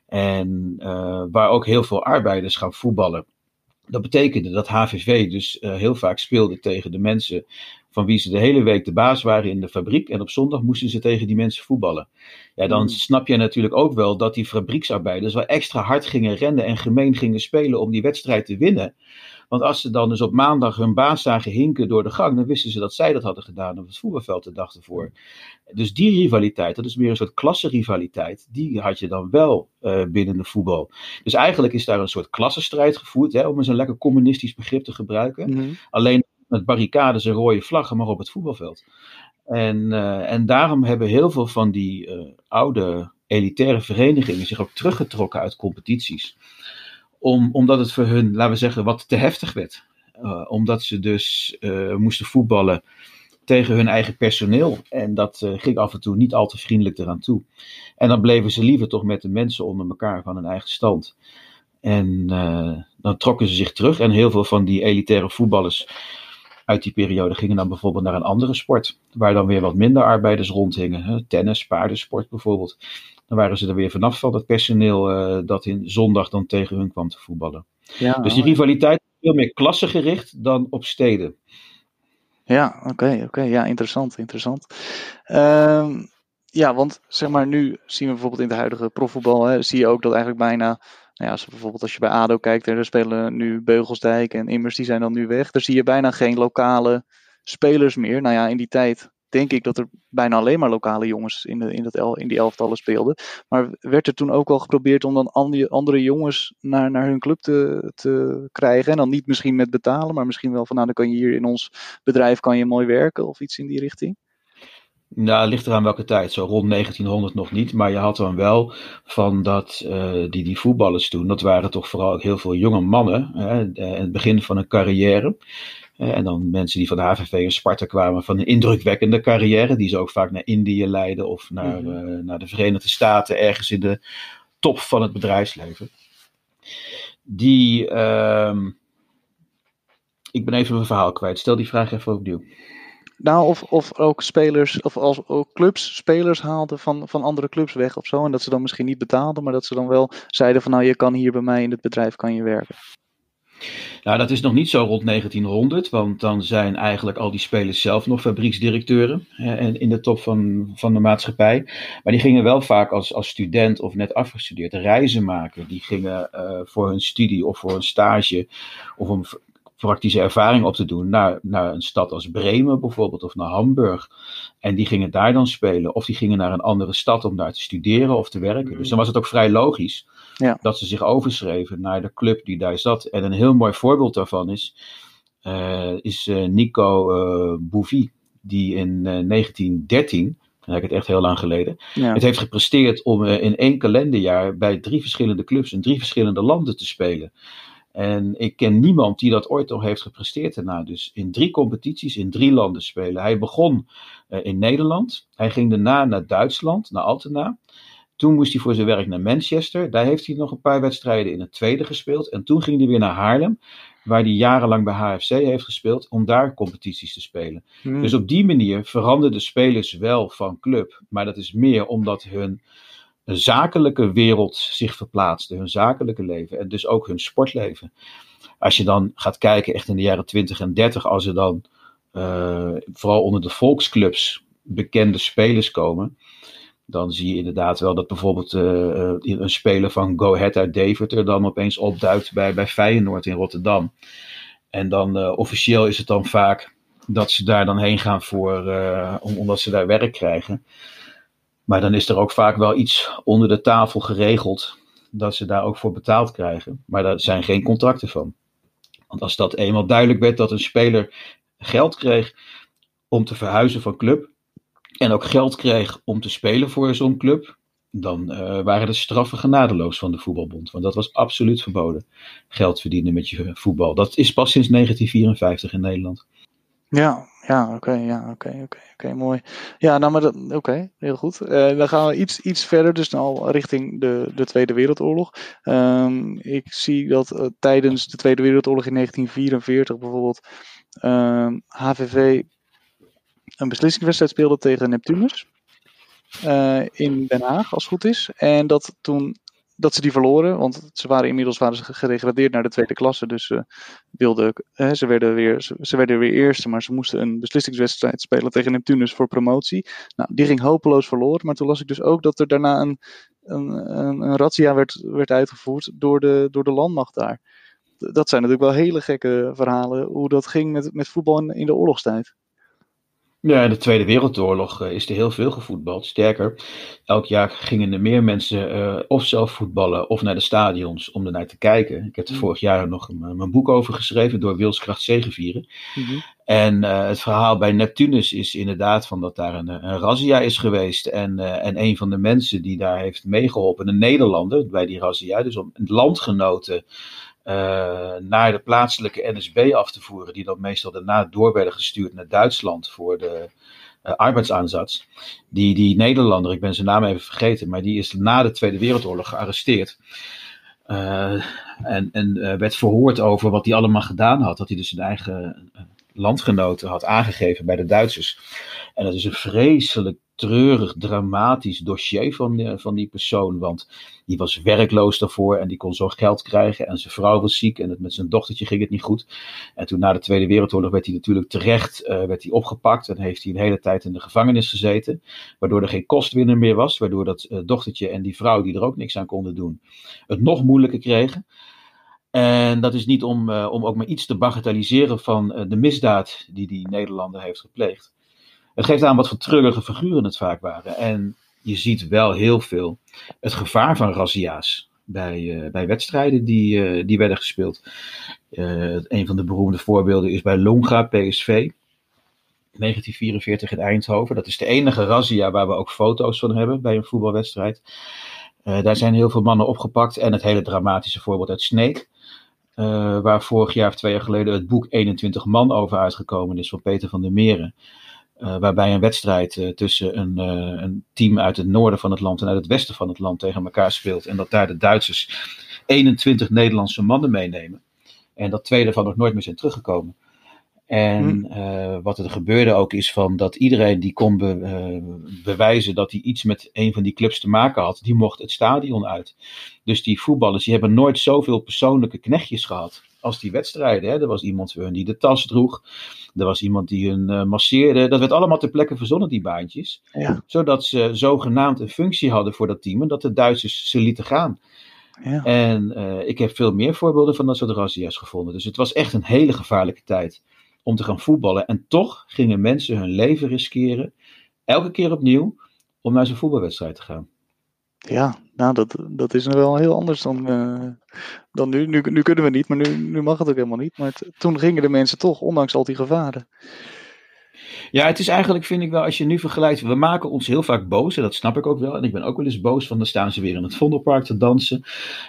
En uh, waar ook heel veel arbeiders gaan voetballen. Dat betekende dat H V V dus uh, heel vaak speelde tegen de mensen van wie ze de hele week de baas waren in de fabriek. En op zondag moesten ze tegen die mensen voetballen. Ja, dan mm. snap je natuurlijk ook wel dat die fabrieksarbeiders wel extra hard gingen rennen en gemeen gingen spelen om die wedstrijd te winnen. Want als ze dan dus op maandag hun baas zagen hinken door de gang, dan wisten ze dat zij dat hadden gedaan op het voetbalveld de dag ervoor. Dus die rivaliteit, dat is meer een soort klassenrivaliteit, die had je dan wel uh, binnen de voetbal. Dus eigenlijk is daar een soort klassenstrijd gevoerd, hè, om eens een lekker communistisch begrip te gebruiken. Mm-hmm. Alleen met barricades en rode vlaggen, maar op het voetbalveld. En, uh, en daarom hebben heel veel van die uh, oude elitaire verenigingen zich ook teruggetrokken uit competities. Om, omdat het voor hun, laten we zeggen, wat te heftig werd. Uh, omdat ze dus uh, moesten voetballen tegen hun eigen personeel. En dat uh, ging af en toe niet al te vriendelijk eraan toe. En dan bleven ze liever toch met de mensen onder elkaar van hun eigen stand. En uh, dan trokken ze zich terug. En heel veel van die elitaire voetballers uit die periode gingen dan bijvoorbeeld naar een andere sport. Waar dan weer wat minder arbeiders rondhingen. Hè? Tennis, paardensport bijvoorbeeld. Dan waren ze er weer vanaf van het personeel uh, dat in zondag dan tegen hun kwam te voetballen. Ja, dus die rivaliteit is veel meer klassengericht dan op steden. Ja, oké, okay, oké. Okay. Ja, interessant, interessant. Um, ja, want zeg maar nu zien we bijvoorbeeld in de huidige profvoetbal, hè, zie je ook dat eigenlijk bijna, nou ja, als bijvoorbeeld als je bij A D O kijkt, er spelen nu Beugelsdijk en Immers, die zijn dan nu weg. Daar zie je bijna geen lokale spelers meer. Nou ja, in die tijd denk ik dat er bijna alleen maar lokale jongens in, de, in, dat el, in die elftallen speelden. Maar werd er toen ook al geprobeerd om dan andere, andere jongens naar, naar hun club te, te krijgen? En dan niet misschien met betalen, maar misschien wel van, nou, dan kan je hier in ons bedrijf kan je mooi werken of iets in die richting? Nou, het ligt eraan welke tijd. Zo rond negentienhonderd nog niet. Maar je had dan wel van dat uh, die, die voetballers toen, dat waren toch vooral ook heel veel jonge mannen. Hè, in het begin van een carrière. En dan mensen die van de H V V en Sparta kwamen van een indrukwekkende carrière. Die ze ook vaak naar Indië leidden of naar, mm-hmm. uh, naar de Verenigde Staten. Ergens in de top van het bedrijfsleven. Die, uh, ik ben even mijn verhaal kwijt. Stel die vraag even opnieuw. Nou, of, of ook spelers, of als ook clubs spelers haalden van, van andere clubs weg of zo. En dat ze dan misschien niet betaalden, maar dat ze dan wel zeiden van nou, je kan hier bij mij in het bedrijf kan je werken. Nou, dat is nog niet zo rond negentienhonderd, want dan zijn eigenlijk al die spelers zelf nog fabrieksdirecteuren hè, in de top van, van de maatschappij. Maar die gingen wel vaak als, als student of net afgestudeerd reizen maken. Die gingen uh, voor hun studie of voor een stage of om praktische ervaring op te doen naar, naar een stad als Bremen bijvoorbeeld of naar Hamburg. En die gingen daar dan spelen of die gingen naar een andere stad om daar te studeren of te werken. Dus dan was het ook vrij logisch ja. dat ze zich overschreven naar de club die daar zat. En een heel mooi voorbeeld daarvan is, uh, is uh, Nico uh, Bouvy, die in uh, negentien dertien, dan heb ik het echt heel lang geleden, ja. het heeft gepresteerd om uh, in één kalenderjaar bij drie verschillende clubs in drie verschillende landen te spelen. En ik ken niemand die dat ooit nog heeft gepresteerd daarna. Dus in drie competities, in drie landen spelen. Hij begon uh, in Nederland. Hij ging daarna naar Duitsland, naar Altena. Toen moest hij voor zijn werk naar Manchester. Daar heeft hij nog een paar wedstrijden in het tweede gespeeld. En toen ging hij weer naar Haarlem, waar hij jarenlang bij H F C heeft gespeeld, om daar competities te spelen. Hmm. Dus op die manier veranderden spelers wel van club. Maar dat is meer omdat hun een zakelijke wereld zich verplaatste, hun zakelijke leven en dus ook hun sportleven. Als je dan gaat kijken echt in de jaren twintig en dertig, als er dan uh, vooral onder de volksclubs bekende spelers komen, dan zie je inderdaad wel dat bijvoorbeeld uh, een speler van Go Ahead uit Deventer dan opeens opduikt bij, bij Feyenoord in Rotterdam. En dan uh, officieel is het dan vaak dat ze daar dan heen gaan voor, uh, omdat ze daar werk krijgen. Maar dan is er ook vaak wel iets onder de tafel geregeld dat ze daar ook voor betaald krijgen. Maar daar zijn geen contracten van. Want als dat eenmaal duidelijk werd dat een speler geld kreeg om te verhuizen van club en ook geld kreeg om te spelen voor zo'n club, dan uh, waren de straffen genadeloos van de voetbalbond. Want dat was absoluut verboden. Geld verdienen met je voetbal. Dat is pas sinds negentien vierenvijftig in Nederland. Ja, ja, oké, okay, ja, oké, okay, oké, okay, okay, mooi. Ja, nou, maar oké, okay, heel goed. Uh, dan gaan we iets, iets verder, dus nou richting de, de Tweede Wereldoorlog. Um, ik zie dat uh, tijdens de Tweede Wereldoorlog in negentien vierenveertig bijvoorbeeld um, H V V een beslissingswedstrijd speelde tegen Neptunus uh, in Den Haag, als het goed is. En dat toen dat ze die verloren, want ze waren inmiddels waren ze gedegradeerd naar de tweede klasse, dus ze wilden, hè, ze werden weer, ze, ze werden weer eerste, maar ze moesten een beslissingswedstrijd spelen tegen Neptunus voor promotie. Nou, die ging hopeloos verloren, maar toen las ik dus ook dat er daarna een, een, een, een razzia werd, werd uitgevoerd door de, door de landmacht daar. Dat zijn natuurlijk wel hele gekke verhalen, hoe dat ging met, met voetbal in, in de oorlogstijd. Ja, in de Tweede Wereldoorlog uh, is er heel veel gevoetbald. Sterker, elk jaar gingen er meer mensen uh, of zelf voetballen of naar de stadions om er naar te kijken. Ik heb er vorig jaar nog een, mijn boek over geschreven, Door Wilskracht Zegevieren. Mm-hmm. En uh, het verhaal bij Neptunus is inderdaad van dat daar een, een razzia is geweest. En, uh, en een van de mensen die daar heeft meegeholpen, een Nederlander bij die razzia, dus om landgenoten Uh, naar de plaatselijke N S B af te voeren, die dan meestal daarna door werden gestuurd naar Duitsland voor de uh, arbeidsaansatz. Die, die Nederlander, ik ben zijn naam even vergeten, maar die is na de Tweede Wereldoorlog gearresteerd. Uh, en en uh, werd verhoord over wat hij allemaal gedaan had. Dat hij dus zijn eigen uh, landgenoten had aangegeven bij de Duitsers. En dat is een vreselijk treurig, dramatisch dossier van, uh, van die persoon. Want die was werkloos daarvoor en die kon zo geld krijgen. En zijn vrouw was ziek en het, met zijn dochtertje ging het niet goed. En toen na de Tweede Wereldoorlog werd hij natuurlijk terecht uh, werd hij opgepakt. En heeft hij een hele tijd in de gevangenis gezeten. Waardoor er geen kostwinner meer was. Waardoor dat uh, dochtertje en die vrouw die er ook niks aan konden doen, het nog moeilijker kregen. En dat is niet om, uh, om ook maar iets te bagatelliseren van uh, de misdaad die die Nederlander heeft gepleegd. Het geeft aan wat voor treurige figuren het vaak waren. En je ziet wel heel veel het gevaar van razzia's bij, uh, bij wedstrijden die, uh, die werden gespeeld. Uh, een van de beroemde voorbeelden is bij Longa P S V. negentien vierenveertig in Eindhoven. Dat is de enige razzia waar we ook foto's van hebben bij een voetbalwedstrijd. Uh, daar zijn heel veel mannen opgepakt. En het hele dramatische voorbeeld uit Sneek. Uh, waar vorig jaar of twee jaar geleden het boek eenentwintig man over uitgekomen is van Peter van der Meren. Uh, waarbij een wedstrijd uh, tussen een, uh, een team uit het noorden van het land en uit het westen van het land tegen elkaar speelt. En dat daar de Duitsers eenentwintig Nederlandse mannen meenemen. En dat twee daarvan nog nooit meer zijn teruggekomen. En uh, wat er gebeurde ook is van dat iedereen die kon be, uh, bewijzen dat hij iets met een van die clubs te maken had, die mocht het stadion uit. Dus die voetballers die hebben nooit zoveel persoonlijke knechtjes gehad als die wedstrijden. Hè. Er was iemand voor hun die de tas droeg. Er was iemand die hun uh, masseerde. Dat werd allemaal ter plekke verzonnen, die baantjes. Ja. Zodat ze zogenaamd een functie hadden voor dat team en dat de Duitsers ze lieten gaan. Ja. En uh, ik heb veel meer voorbeelden van dat soort razzia's gevonden. Dus het was echt een hele gevaarlijke tijd om te gaan voetballen. En toch gingen mensen hun leven riskeren, elke keer opnieuw, om naar zo'n voetbalwedstrijd te gaan. Ja, nou dat, dat is nog wel heel anders dan, uh, dan nu. nu. Nu kunnen we niet, maar nu, nu mag het ook helemaal niet. Maar t- toen gingen de mensen toch, ondanks al die gevaren. Ja, het is eigenlijk, vind ik wel, als je nu vergelijkt, we maken ons heel vaak boos, en dat snap ik ook wel. En ik ben ook wel eens boos van, dan staan ze weer in het Vondelpark te dansen.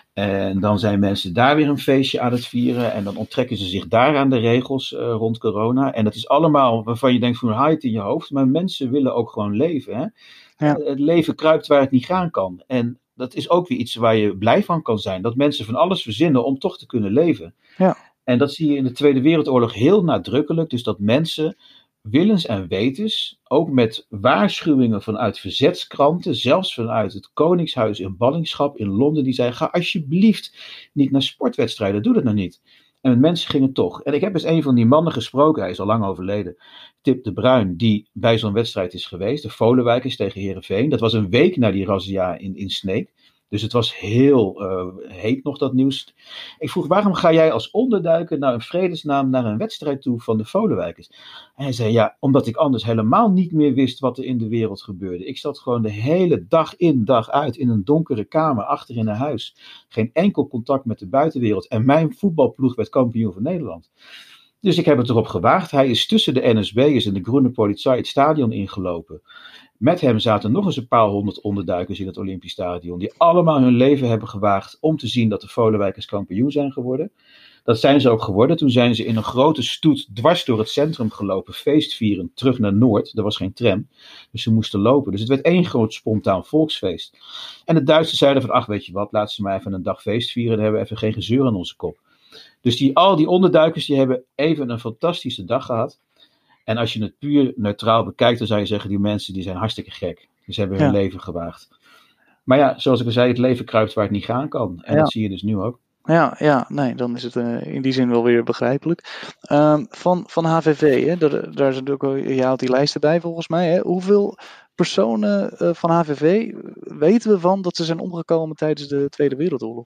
En dan zijn mensen daar weer een feestje aan het vieren. En dan onttrekken ze zich daar aan de regels uh, rond corona. En dat is allemaal waarvan je denkt, van haal je het in je hoofd. Maar mensen willen ook gewoon leven. Hè? Ja. Uh, het leven kruipt waar het niet gaan kan. En dat is ook weer iets waar je blij van kan zijn. Dat mensen van alles verzinnen om toch te kunnen leven. Ja. En dat zie je in de Tweede Wereldoorlog heel nadrukkelijk. Dus dat mensen willens en wetens, ook met waarschuwingen vanuit verzetskranten, zelfs vanuit het Koningshuis in ballingschap in Londen, die zei, ga alsjeblieft niet naar sportwedstrijden, doe dat nou niet. En mensen gingen toch. En ik heb eens een van die mannen gesproken, hij is al lang overleden, Tip de Bruin, die bij zo'n wedstrijd is geweest, de Volenwijkers tegen Heerenveen. Dat was een week na die razzia in, in Sneek. Dus het was heel uh, heet nog, dat nieuws. Ik vroeg, waarom ga jij als onderduiker nou in vredesnaam naar een wedstrijd toe van de Volenwijkers? En hij zei, ja, omdat ik anders helemaal niet meer wist wat er in de wereld gebeurde. Ik zat gewoon de hele dag in, dag uit in een donkere kamer achter in een huis. Geen enkel contact met de buitenwereld. En mijn voetbalploeg werd kampioen van Nederland. Dus ik heb het erop gewaagd. Hij is tussen de N S B'ers en de Groene Politie het stadion ingelopen. Met hem zaten nog eens een paar honderd onderduikers in het Olympisch Stadion, die allemaal hun leven hebben gewaagd om te zien dat de Volenwijkers kampioen zijn geworden. Dat zijn ze ook geworden. Toen zijn ze in een grote stoet dwars door het centrum gelopen, feestvierend, terug naar Noord. Er was geen tram, dus ze moesten lopen. Dus het werd één groot spontaan volksfeest. En de Duitsers zeiden van, ach weet je wat, laten ze maar even een dag feest vieren, dan hebben we even geen gezeur aan onze kop. Dus die, al die onderduikers die hebben even een fantastische dag gehad. En als je het puur neutraal bekijkt, dan zou je zeggen, die mensen die zijn hartstikke gek. Dus ze hebben hun ja. leven gewaagd. Maar ja, zoals ik al zei, het leven kruipt waar het niet gaan kan. En ja. dat zie je dus nu ook. Ja, ja, nee, dan is het uh, in die zin wel weer begrijpelijk. Um, van, van H V V, hè, daar, daar is natuurlijk ook, je houdt die lijsten bij volgens mij. Hè. Hoeveel personen uh, van H V V weten we van dat ze zijn omgekomen tijdens de Tweede Wereldoorlog?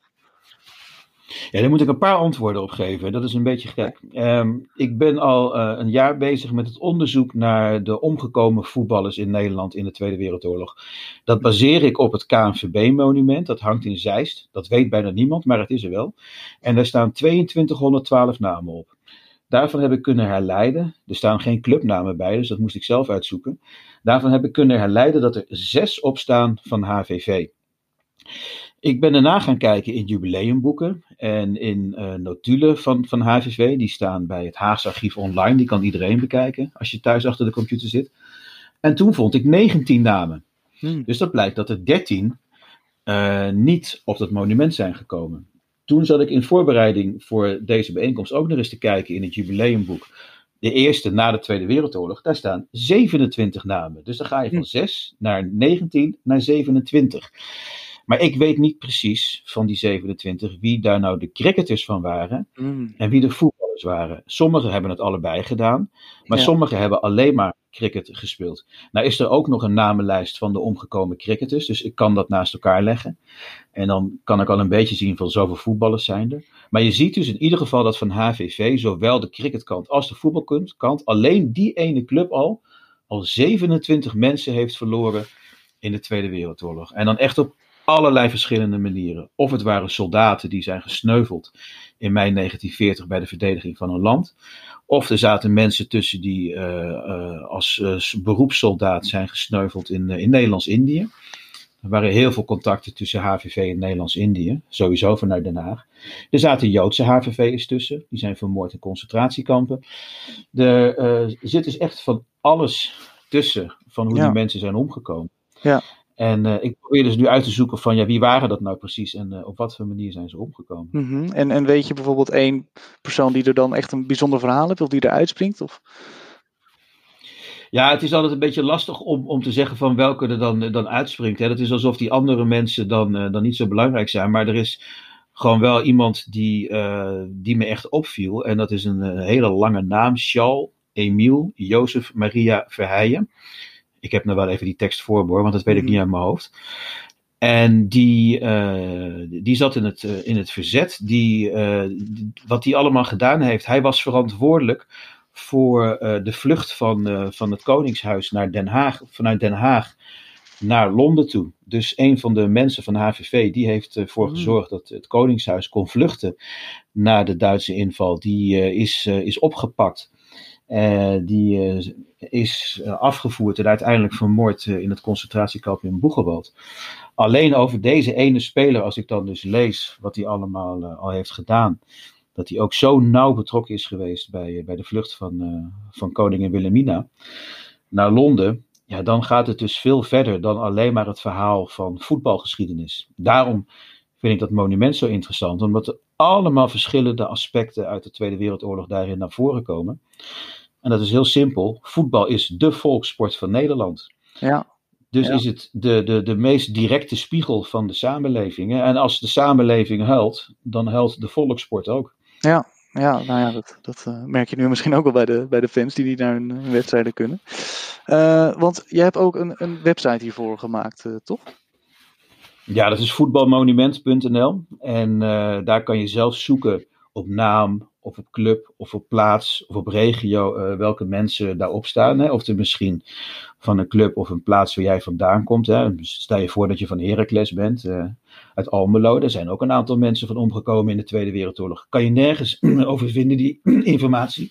Ja, daar moet ik een paar antwoorden op geven. Dat is een beetje gek. Um, ik ben al uh, een jaar bezig met het onderzoek naar de omgekomen voetballers in Nederland in de Tweede Wereldoorlog. Dat baseer ik op het K N V B-monument. Dat hangt in Zeist. Dat weet bijna niemand, maar het is er wel. En daar staan tweeëntwintighonderdtwaalf namen op. Daarvan heb ik kunnen herleiden. Er staan geen clubnamen bij, dus dat moest ik zelf uitzoeken. Daarvan heb ik kunnen herleiden dat er zes op staan van H V V. Ik ben daarna gaan kijken in jubileumboeken en in uh, notulen van, van H V V. Die staan bij het Haagse Archief online. Die kan iedereen bekijken als je thuis achter de computer zit. En toen vond ik negentien namen. Hmm. Dus dat blijkt dat er dertien uh, niet op dat monument zijn gekomen. Toen zat ik in voorbereiding voor deze bijeenkomst ook nog eens te kijken in het jubileumboek. De eerste na de Tweede Wereldoorlog, daar staan zevenentwintig namen. Dus dan ga je van zes naar negentien naar zevenentwintig. Maar ik weet niet precies van die zevenentwintig wie daar nou de cricketers van waren mm. en wie de voetballers waren. Sommigen hebben het allebei gedaan, maar ja. sommigen hebben alleen maar cricket gespeeld. Nou is er ook nog een namenlijst van de omgekomen cricketers, dus ik kan dat naast elkaar leggen. En dan kan ik al een beetje zien van zoveel voetballers zijn er. Maar je ziet dus in ieder geval dat van H V V, zowel de cricketkant als de voetbalkant, alleen die ene club al, al zevenentwintig mensen heeft verloren in de Tweede Wereldoorlog. En dan echt op allerlei verschillende manieren. Of het waren soldaten die zijn gesneuveld in mei negentien veertig bij de verdediging van een land. Of er zaten mensen tussen die uh, uh, als uh, beroepssoldaat zijn gesneuveld in, uh, in Nederlands-Indië. Er waren heel veel contacten tussen H V V en Nederlands-Indië. Sowieso vanuit Den Haag. Er zaten Joodse H V V'ers tussen. Die zijn vermoord in concentratiekampen. Er uh, zit dus echt van alles tussen van hoe ja. die mensen zijn omgekomen. Ja. En uh, ik probeer dus nu uit te zoeken van ja, wie waren dat nou precies en uh, op wat voor manier zijn ze omgekomen. Mm-hmm. En, en weet je bijvoorbeeld één persoon die er dan echt een bijzonder verhaal heeft of die eruit springt? Of? Ja, het is altijd een beetje lastig om, om te zeggen van welke er dan, dan uitspringt. Hè. Dat is alsof die andere mensen dan, uh, dan niet zo belangrijk zijn. Maar er is gewoon wel iemand die, uh, die me echt opviel. En dat is een, een hele lange naam. Charles Emiel Jozef Maria Verheijen. Ik heb nou wel even die tekst voor me hoor, want dat weet mm-hmm. ik niet uit mijn hoofd. En die, uh, die zat in het, uh, in het verzet. Die, uh, die, wat hij allemaal gedaan heeft. Hij was verantwoordelijk voor uh, de vlucht van, uh, van het Koningshuis naar Den Haag, vanuit Den Haag naar Londen toe. Dus een van de mensen van de H V V, die heeft ervoor gezorgd dat het Koningshuis kon vluchten na de Duitse inval. Die uh, is, uh, is opgepakt. Uh, die uh, is uh, afgevoerd en uiteindelijk vermoord uh, in het concentratiekamp in Buchenwald. Alleen over deze ene speler, als ik dan dus lees wat hij allemaal uh, al heeft gedaan, dat hij ook zo nauw betrokken is geweest bij, bij de vlucht van, uh, van koningin Wilhelmina naar Londen, ja, dan gaat het dus veel verder dan alleen maar het verhaal van voetbalgeschiedenis. Daarom vind ik dat monument zo interessant, omdat er allemaal verschillende aspecten uit de Tweede Wereldoorlog daarin naar voren komen. En dat is heel simpel. Voetbal is de volkssport van Nederland. Ja. Dus ja. is het de, de, de meest directe spiegel van de samenleving. Hè? En als de samenleving huilt, dan huilt de volkssport ook. Ja, ja, nou ja, dat, dat uh, merk je nu misschien ook wel bij de, bij de fans die niet naar hun, hun wedstrijden kunnen. Uh, want jij hebt ook een, een website hiervoor gemaakt, uh, toch? Ja, dat is voetbalmonument punt n l. En uh, daar kan je zelf zoeken op naam, of op club, of op plaats, of op regio, uh, welke mensen daarop staan. Hè? Of er misschien van een club of een plaats waar jij vandaan komt. Hè? Stel je voor dat je van Heracles bent, uh, uit Almelo. Daar zijn ook een aantal mensen van omgekomen in de Tweede Wereldoorlog. Kan je nergens over vinden, die informatie.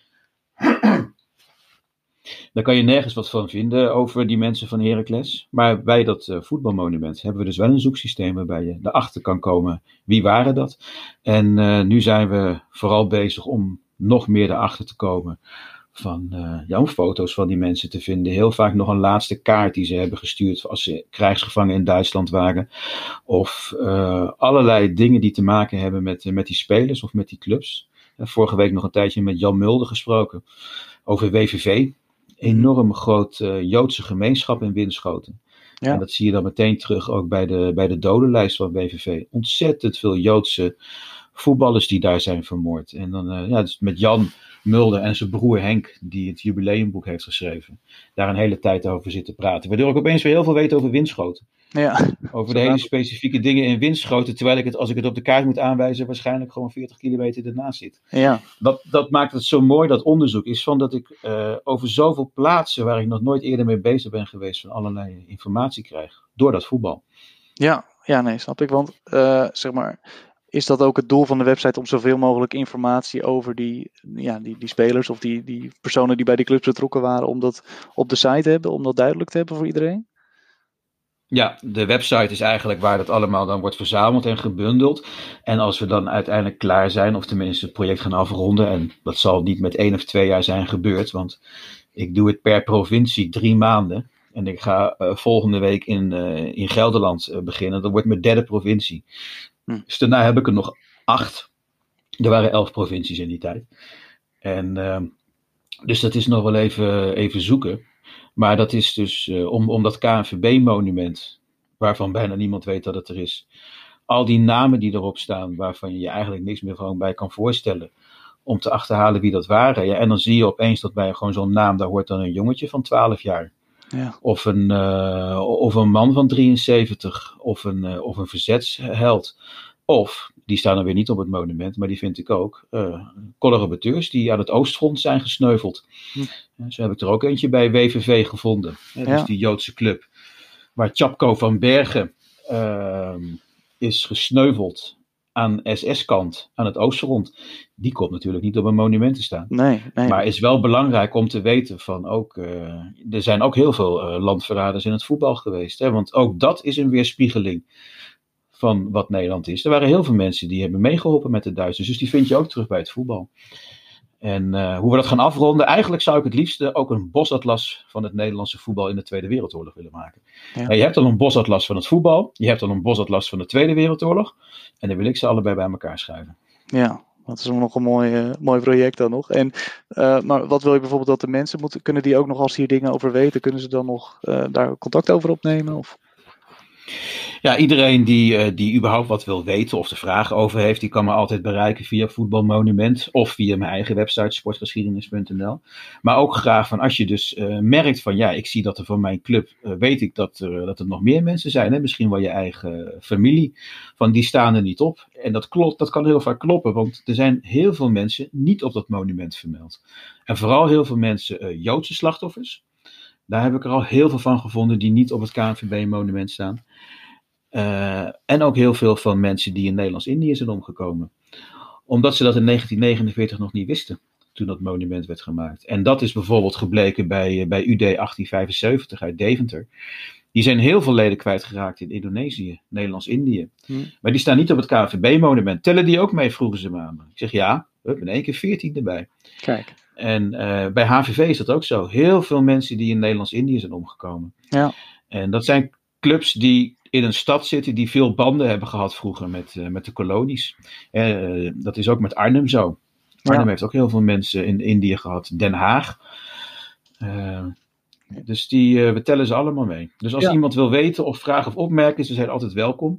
Daar kan je nergens wat van vinden over die mensen van Heracles. Maar bij dat uh, voetbalmonument hebben we dus wel een zoeksysteem waarbij je erachter kan komen wie waren dat. En uh, nu zijn we vooral bezig om nog meer erachter te komen van uh, ja, om foto's van die mensen te vinden. Heel vaak nog een laatste kaart die ze hebben gestuurd als ze krijgsgevangen in Duitsland waren. Of uh, allerlei dingen die te maken hebben met, uh, met die spelers of met die clubs. Uh, vorige week nog een tijdje met Jan Mulder gesproken over W V V. Enorm groot uh, Joodse gemeenschap in Winschoten. Ja. En dat zie je dan meteen terug ook bij de, bij de dodenlijst van W V V. Ontzettend veel Joodse voetballers die daar zijn vermoord. En dan uh, ja, dus met Jan Mulder en zijn broer Henk, die het jubileumboek heeft geschreven, daar een hele tijd over zitten praten. Waardoor ik opeens weer heel veel weet over Winschoten. Ja. Over de hele specifieke dingen in Winschoten, terwijl ik het, als ik het op de kaart moet aanwijzen, waarschijnlijk gewoon veertig kilometer ernaast zit. Ja. Dat, dat maakt het zo mooi, dat onderzoek, is van dat ik uh, over zoveel plaatsen waar ik nog nooit eerder mee bezig ben geweest, van allerlei informatie krijg, door dat voetbal. Ja, ja nee, snap ik. Want, uh, zeg maar, is dat ook het doel van de website om zoveel mogelijk informatie over die, ja, die, die spelers of die, die personen die bij die clubs betrokken waren, om dat op de site te hebben, om dat duidelijk te hebben voor iedereen? Ja, de website is eigenlijk waar dat allemaal dan wordt verzameld en gebundeld. En als we dan uiteindelijk klaar zijn, of tenminste het project gaan afronden, en dat zal niet met één of twee jaar zijn gebeurd, want ik doe het per provincie drie maanden. En ik ga uh, volgende week in, uh, in Gelderland uh, beginnen. Dat wordt mijn derde provincie. Hm. Dus daarna heb ik er nog acht. Er waren elf provincies in die tijd. En uh, dus dat is nog wel even, even zoeken. Maar dat is dus uh, om, om dat K N V B-monument, waarvan bijna niemand weet dat het er is. Al die namen die erop staan, waarvan je je eigenlijk niks meer van bij kan voorstellen. Om te achterhalen wie dat waren. Ja, en dan zie je opeens dat bij gewoon zo'n naam, daar hoort dan een jongetje van twaalf jaar. Ja. Of, een, uh, of een man van drieënzeventig. Of een, uh, of een verzetsheld. Of, die staan er weer niet op het monument, maar die vind ik ook, uh, collaborateurs die aan het Oostfront zijn gesneuveld. Hm. Zo heb ik er ook eentje bij W V V gevonden. Hè, dus ja. Die Joodse club. Waar Tjapko van Bergen uh, is gesneuveld aan S S-kant, aan het Oostfront. Die komt natuurlijk niet op een monument te staan. Nee, nee. Maar is wel belangrijk om te weten van ook, uh, er zijn ook heel veel uh, landverraders in het voetbal geweest. Hè, want ook dat is een weerspiegeling van wat Nederland is. Er waren heel veel mensen die hebben meegeholpen met de Duitsers. Dus die vind je ook terug bij het voetbal. En uh, hoe we dat gaan afronden, eigenlijk zou ik het liefste ook een bosatlas van het Nederlandse voetbal in de Tweede Wereldoorlog willen maken. Ja. En je hebt al een bosatlas van het voetbal, je hebt al een bosatlas van de Tweede Wereldoorlog. En dan wil ik ze allebei bij elkaar schuiven. Ja, dat is nog een mooi, uh, mooi project dan nog. En, uh, maar wat wil je bijvoorbeeld dat de mensen moeten, kunnen die ook nog als hier dingen over weten, kunnen ze dan nog uh, daar contact over opnemen? Of? Ja, iedereen die, uh, die überhaupt wat wil weten of er vragen over heeft, die kan me altijd bereiken via Voetbalmonument of via mijn eigen website sportgeschiedenis punt n l. Maar ook graag van als je dus uh, merkt van ja, ik zie dat er van mijn club, uh, weet ik dat er, uh, dat er nog meer mensen zijn. Hè? Misschien wel je eigen familie, van die staan er niet op. En dat klopt, dat kan heel vaak kloppen, want er zijn heel veel mensen niet op dat monument vermeld. En vooral heel veel mensen, uh, Joodse slachtoffers. Daar heb ik er al heel veel van gevonden die niet op het K N V B-monument staan. Uh, en ook heel veel van mensen die in Nederlands-Indië zijn omgekomen. Omdat ze dat in negentien negenenveertig nog niet wisten, toen dat monument werd gemaakt. En dat is bijvoorbeeld gebleken bij, bij U D achttien vijfenzeventig uit Deventer. Die zijn heel veel leden kwijtgeraakt in Indonesië, Nederlands-Indië. Hmm. Maar die staan niet op het K N V B-monument. Tellen die ook mee, vroegen ze me aan. Ik zeg ja, we hebben in één keer veertien erbij. Kijk. En uh, bij H V V is dat ook zo. Heel veel mensen die in Nederlands-Indië zijn omgekomen. Ja. En dat zijn clubs die in een stad zitten die veel banden hebben gehad vroeger met, uh, met de kolonies. Uh, dat is ook met Arnhem zo. Arnhem ja. heeft ook heel veel mensen in Indië gehad. Den Haag. Uh, dus die, uh, we tellen ze allemaal mee. Dus als ja. iemand wil weten of vragen of opmerken, ze zijn altijd welkom.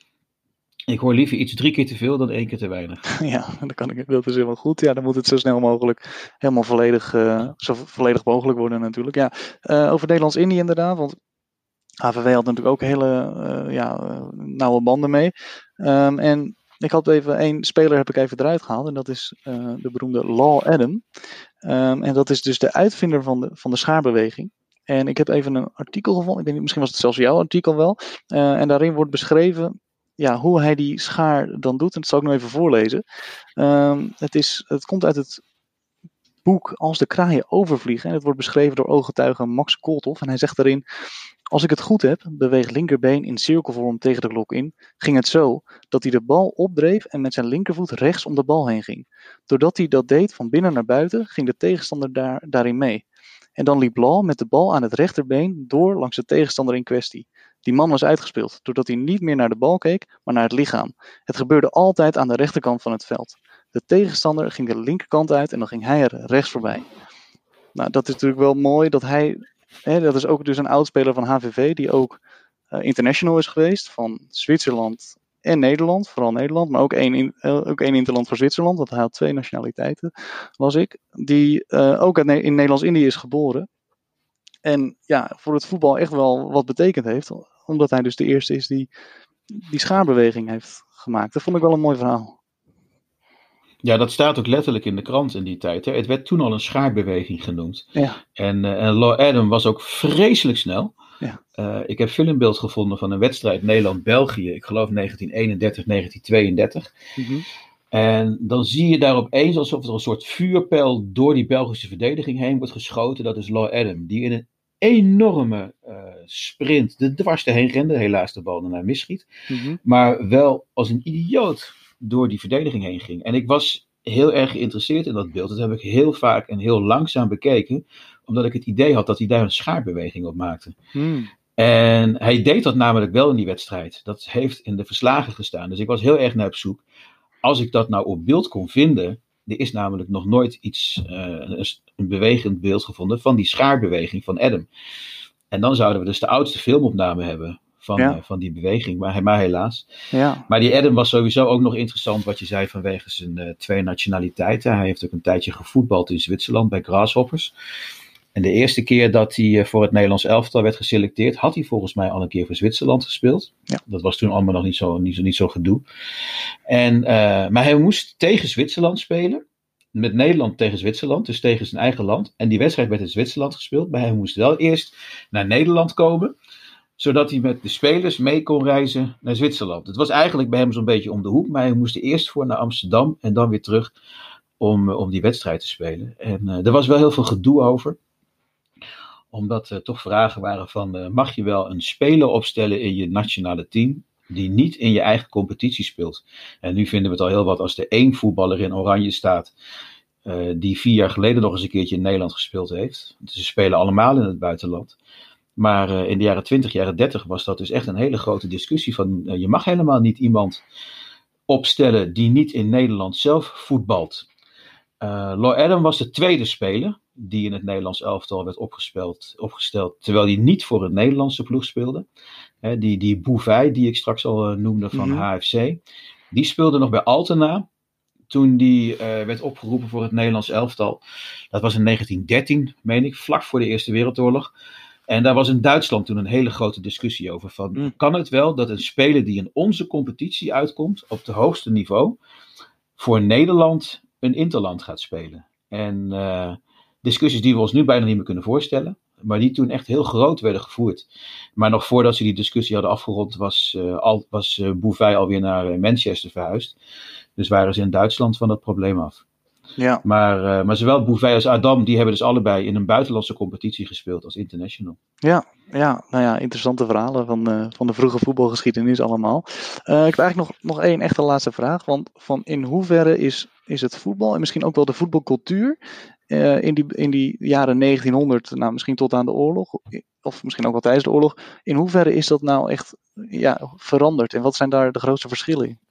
Ik hoor liever iets drie keer te veel dan één keer te weinig. Ja, dan kan ik, dat is helemaal goed. Ja, dan moet het zo snel mogelijk helemaal volledig, uh, zo volledig mogelijk worden natuurlijk. Ja, uh, over Nederlands-Indië inderdaad, want H V V had natuurlijk ook hele uh, ja, uh, nauwe banden mee. Um, en ik had even één speler heb ik even eruit gehaald. En dat is uh, de beroemde Law Adam. Um, en dat is dus de uitvinder van de, van de schaarbeweging. En ik heb even een artikel gevonden. Ik weet niet, misschien was het zelfs jouw artikel wel. Uh, en daarin wordt beschreven ja, hoe hij die schaar dan doet. En dat zal ik nog even voorlezen. Um, het, is, het komt uit het boek Als de kraaien overvliegen. En het wordt beschreven door ooggetuige Max Kolthoff. En hij zegt daarin: als ik het goed heb, beweegt linkerbeen in cirkelvorm tegen de klok in, ging het zo dat hij de bal opdreef en met zijn linkervoet rechts om de bal heen ging. Doordat hij dat deed van binnen naar buiten, ging de tegenstander daar, daarin mee. En dan liep Law met de bal aan het rechterbeen door langs de tegenstander in kwestie. Die man was uitgespeeld, doordat hij niet meer naar de bal keek, maar naar het lichaam. Het gebeurde altijd aan de rechterkant van het veld. De tegenstander ging de linkerkant uit en dan ging hij er rechts voorbij. Nou, dat is natuurlijk wel mooi dat hij... He, dat is ook dus een oudspeler van H V V die ook uh, international is geweest van Zwitserland en Nederland, vooral Nederland, maar ook één, in, uh, ook één interland voor Zwitserland, want hij had twee nationaliteiten, was ik, die uh, ook in, in Nederlands-Indië is geboren en ja, voor het voetbal echt wel wat betekend heeft, omdat hij dus de eerste is die die schaarbeweging heeft gemaakt. Dat vond ik wel een mooi verhaal. Ja, dat staat ook letterlijk in de krant in die tijd. Hè. Het werd toen al een schaarbeweging genoemd. Ja. En, uh, en Law Adam was ook vreselijk snel. Ja. Uh, ik heb filmbeeld gevonden van een wedstrijd Nederland-België. Ik geloof negentien eenendertig, negentien tweeëndertig. Mm-hmm. En dan zie je daar opeens alsof er een soort vuurpijl door die Belgische verdediging heen wordt geschoten. Dat is Law Adam, die in een enorme uh, sprint de dwars erheen rende. Helaas de bal daarna misschiet. Mm-hmm. Maar wel als een idioot door die verdediging heen ging. En ik was heel erg geïnteresseerd in dat beeld. Dat heb ik heel vaak en heel langzaam bekeken. Omdat ik het idee had dat hij daar een schaarbeweging op maakte. Hmm. En hij deed dat namelijk wel in die wedstrijd. Dat heeft in de verslagen gestaan. Dus ik was heel erg naar op zoek. Als ik dat nou op beeld kon vinden. Er is namelijk nog nooit iets, uh, een, een bewegend beeld gevonden van die schaarbeweging van Adam. En dan zouden we dus de oudste filmopname hebben van, ja. uh, van die beweging, maar, maar helaas. Ja. Maar die Adam was sowieso ook nog interessant wat je zei vanwege zijn uh, twee nationaliteiten. Hij heeft ook een tijdje gevoetbald in Zwitserland bij Grasshoppers. En de eerste keer dat hij uh, voor het Nederlands elftal werd geselecteerd, had hij volgens mij al een keer voor Zwitserland gespeeld. Ja. Dat was toen allemaal nog niet zo, niet zo, niet zo gedoe. En, uh, maar hij moest tegen Zwitserland spelen. Met Nederland tegen Zwitserland, dus tegen zijn eigen land. En die wedstrijd werd in Zwitserland gespeeld. Maar hij moest wel eerst naar Nederland komen, zodat hij met de spelers mee kon reizen naar Zwitserland. Het was eigenlijk bij hem zo'n beetje om de hoek, maar hij moest er eerst voor naar Amsterdam en dan weer terug om, om die wedstrijd te spelen. En uh, er was wel heel veel gedoe over, omdat er uh, toch vragen waren van, uh, mag je wel een speler opstellen in je nationale team die niet in je eigen competitie speelt? En nu vinden we het al heel wat als er één voetballer in oranje staat uh, die vier jaar geleden nog eens een keertje in Nederland gespeeld heeft. Dus ze spelen allemaal in het buitenland. Maar uh, in de jaren twintig, jaren dertig was dat dus echt een hele grote discussie van uh, je mag helemaal niet iemand opstellen die niet in Nederland zelf voetbalt. Uh, Loy Adam was de tweede speler die in het Nederlands elftal werd opgesteld, opgesteld terwijl hij niet voor een Nederlandse ploeg speelde. He, die, die Bouvij, die ik straks al uh, noemde van mm-hmm. H F C, die speelde nog bij Altena toen die uh, werd opgeroepen voor het Nederlands elftal. Dat was in negentien dertien, meen ik, vlak voor de Eerste Wereldoorlog. En daar was in Duitsland toen een hele grote discussie over van, mm. kan het wel dat een speler die in onze competitie uitkomt, op het hoogste niveau, voor Nederland een interland gaat spelen? En uh, discussies die we ons nu bijna niet meer kunnen voorstellen, maar die toen echt heel groot werden gevoerd. Maar nog voordat ze die discussie hadden afgerond, was, uh, al, was uh, Bouvij alweer naar uh, Manchester verhuisd. Dus waren ze in Duitsland van dat probleem af. Ja. Maar, uh, maar zowel Bouvij als Adam, die hebben dus allebei in een buitenlandse competitie gespeeld als international. Ja, ja, nou ja, interessante verhalen van, uh, van de vroege voetbalgeschiedenis allemaal. Uh, ik heb eigenlijk nog, nog één echte laatste vraag. Want van in hoeverre is, is het voetbal en misschien ook wel de voetbalcultuur uh, in, die, in die jaren negentienhonderd, nou misschien tot aan de oorlog, of misschien ook wel tijdens de oorlog, in hoeverre is dat nou echt ja, veranderd en wat zijn daar de grootste verschillen in?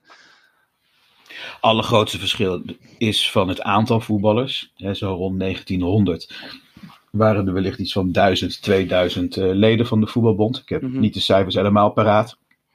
Allergrootste verschil is van het aantal voetballers. He, zo rond negentienhonderd waren er wellicht iets van duizend, tweeduizend uh, leden van de voetbalbond. Ik heb mm-hmm. niet de cijfers helemaal paraat.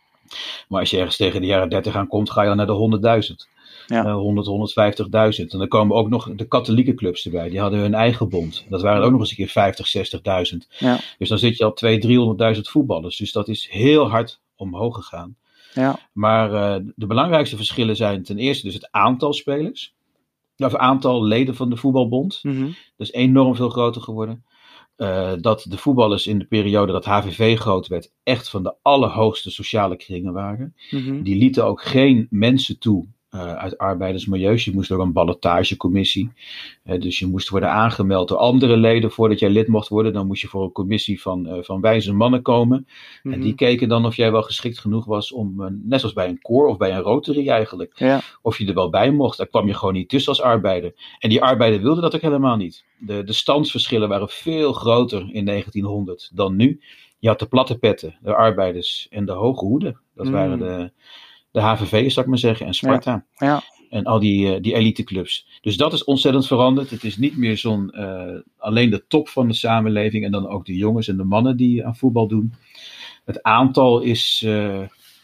Maar als je ergens tegen de jaren dertig aankomt, ga je al naar de honderdduizend. Ja. Uh, honderd, honderdvijftigduizend. En dan komen ook nog de katholieke clubs erbij. Die hadden hun eigen bond. Dat waren ook nog eens een keer vijftig, zestigduizend. Ja. Dus dan zit je al tweehonderdduizend, driehonderdduizend voetballers. Dus dat is heel hard omhoog gegaan. Ja. Maar uh, de belangrijkste verschillen zijn ten eerste dus het aantal spelers. Of het aantal leden van de voetbalbond. Mm-hmm. Dat is enorm veel groter geworden. Uh, dat de voetballers in de periode dat H V V groot werd echt van de allerhoogste sociale kringen waren. Mm-hmm. Die lieten ook geen mensen toe uh, uit arbeidersmilieus. Je moest door een ballotagecommissie. Uh, dus je moest worden aangemeld door andere leden voordat jij lid mocht worden. Dan moest je voor een commissie van, uh, van wijze mannen komen. Mm-hmm. En die keken dan of jij wel geschikt genoeg was om, uh, net zoals bij een koor of bij een Rotary eigenlijk, ja. of je er wel bij mocht. Daar kwam je gewoon niet tussen als arbeider. En die arbeider wilde dat ook helemaal niet. De, de standsverschillen waren veel groter in negentienhonderd dan nu. Je had de platte petten, de arbeiders en de hoge hoeden. Dat mm. waren de, de H V V'ers, zou ik maar zeggen, en Sparta. Ja. Ja. En al die, die eliteclubs. Dus dat is ontzettend veranderd. Het is niet meer zo'n uh, alleen de top van de samenleving en dan ook de jongens en de mannen die aan voetbal doen. Het aantal is, uh,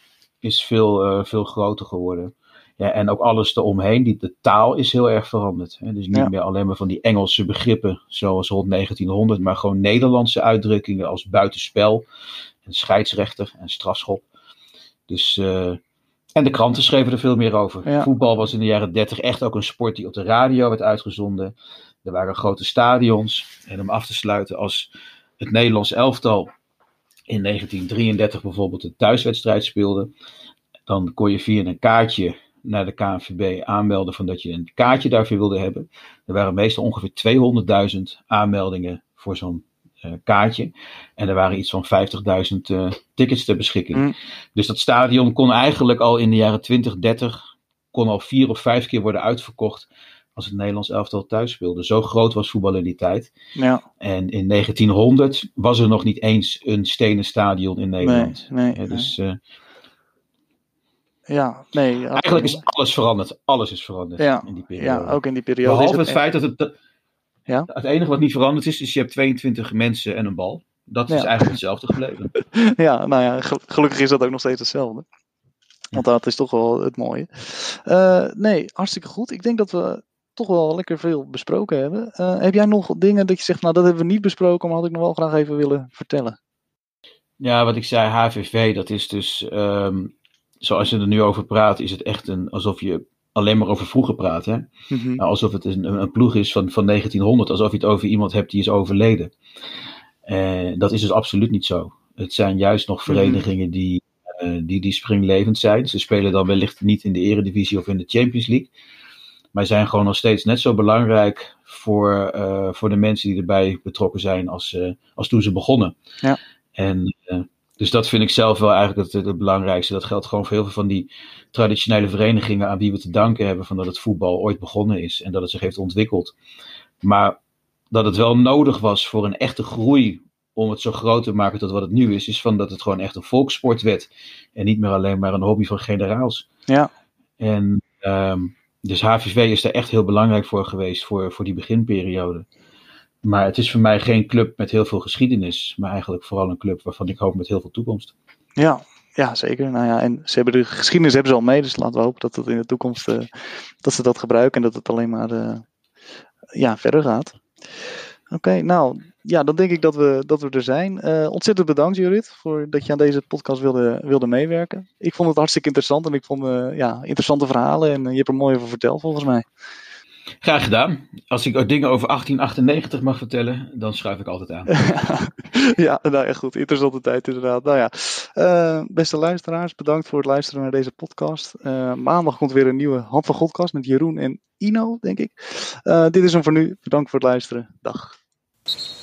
is veel, uh, veel groter geworden. Ja, en ook alles eromheen. Die, de taal is heel erg veranderd. Hè. Dus niet ja. meer alleen maar van die Engelse begrippen zoals rond negentienhonderd, maar gewoon Nederlandse uitdrukkingen als buitenspel en scheidsrechter en strafschop. Dus, uh, en de kranten schreven er veel meer over. Ja. Voetbal was in de jaren dertig echt ook een sport die op de radio werd uitgezonden. Er waren grote stadions. En om af te sluiten, als het Nederlands elftal in negentien drieëndertig bijvoorbeeld een thuiswedstrijd speelde, dan kon je via een kaartje naar de K N V B aanmelden van dat je een kaartje daarvoor wilde hebben. Er waren meestal ongeveer tweehonderdduizend aanmeldingen voor zo'n uh, kaartje. En er waren iets van vijftigduizend uh, tickets ter beschikking. Mm. Dus dat stadion kon eigenlijk al in de jaren twintig, dertig, kon al vier of vijf keer worden uitverkocht als het Nederlands elftal thuis speelde. Zo groot was voetbal in die tijd. Ja. En in negentienhonderd was er nog niet eens een stenen stadion in Nederland. Nee, nee, ja, dus Uh, Ja, nee. Eigenlijk is alles veranderd. Alles is veranderd ja, in die periode. Ja, ook in die periode. Behalve het, het feit dat het... Dat, ja? Het enige wat niet veranderd is, is je hebt tweeëntwintig mensen en een bal. Dat ja. is eigenlijk hetzelfde gebleven. Ja, nou ja, gelukkig is dat ook nog steeds hetzelfde. Want dat is toch wel het mooie. Uh, nee, hartstikke goed. Ik denk dat we toch wel lekker veel besproken hebben. Uh, heb jij nog dingen dat je zegt, nou dat hebben we niet besproken, maar had ik nog wel graag even willen vertellen? Ja, wat ik zei, H V V, dat is dus... Um, zoals je er nu over praat, is het echt een, alsof je alleen maar over vroeger praat. Hè? Mm-hmm. Nou, alsof het een, een ploeg is van, van negentienhonderd. Alsof je het over iemand hebt die is overleden. Uh, dat is dus absoluut niet zo. Het zijn juist nog verenigingen die, uh, die, die springlevend zijn. Ze spelen dan wellicht niet in de Eredivisie of in de Champions League. Maar zijn gewoon nog steeds net zo belangrijk voor, uh, voor de mensen die erbij betrokken zijn als, uh, als toen ze begonnen. Ja. En... Uh, Dus dat vind ik zelf wel eigenlijk het, het belangrijkste. Dat geldt gewoon voor heel veel van die traditionele verenigingen aan wie we te danken hebben van dat het voetbal ooit begonnen is en dat het zich heeft ontwikkeld. Maar dat het wel nodig was voor een echte groei om het zo groot te maken tot wat het nu is, is van dat het gewoon echt een volkssport werd en niet meer alleen maar een hobby van generaals. Ja. En um, dus H V V is daar echt heel belangrijk voor geweest voor, voor die beginperiode. Maar het is voor mij geen club met heel veel geschiedenis, maar eigenlijk vooral een club waarvan ik hoop met heel veel toekomst. Ja, ja, zeker. Nou ja, en ze hebben de geschiedenis hebben ze al mee, dus laten we hopen dat het in de toekomst uh, dat ze dat gebruiken en dat het alleen maar uh, ja, verder gaat. Oké, okay, nou ja, dan denk ik dat we, dat we er zijn. Uh, ontzettend bedankt, Judith, voor dat je aan deze podcast wilde, wilde meewerken. Ik vond het hartstikke interessant en ik vond uh, ja, interessante verhalen en uh, je hebt er mooi over verteld volgens mij. Graag gedaan. Als ik dingen over achttien achtennegentig mag vertellen, dan schuif ik altijd aan. Ja, nou ja, goed. Interessante tijd inderdaad. Nou ja, uh, beste luisteraars, bedankt voor het luisteren naar deze podcast. Uh, maandag komt weer een nieuwe Hand van Godcast met Jeroen en Ino, denk ik. Uh, dit is hem voor nu. Bedankt voor het luisteren. Dag.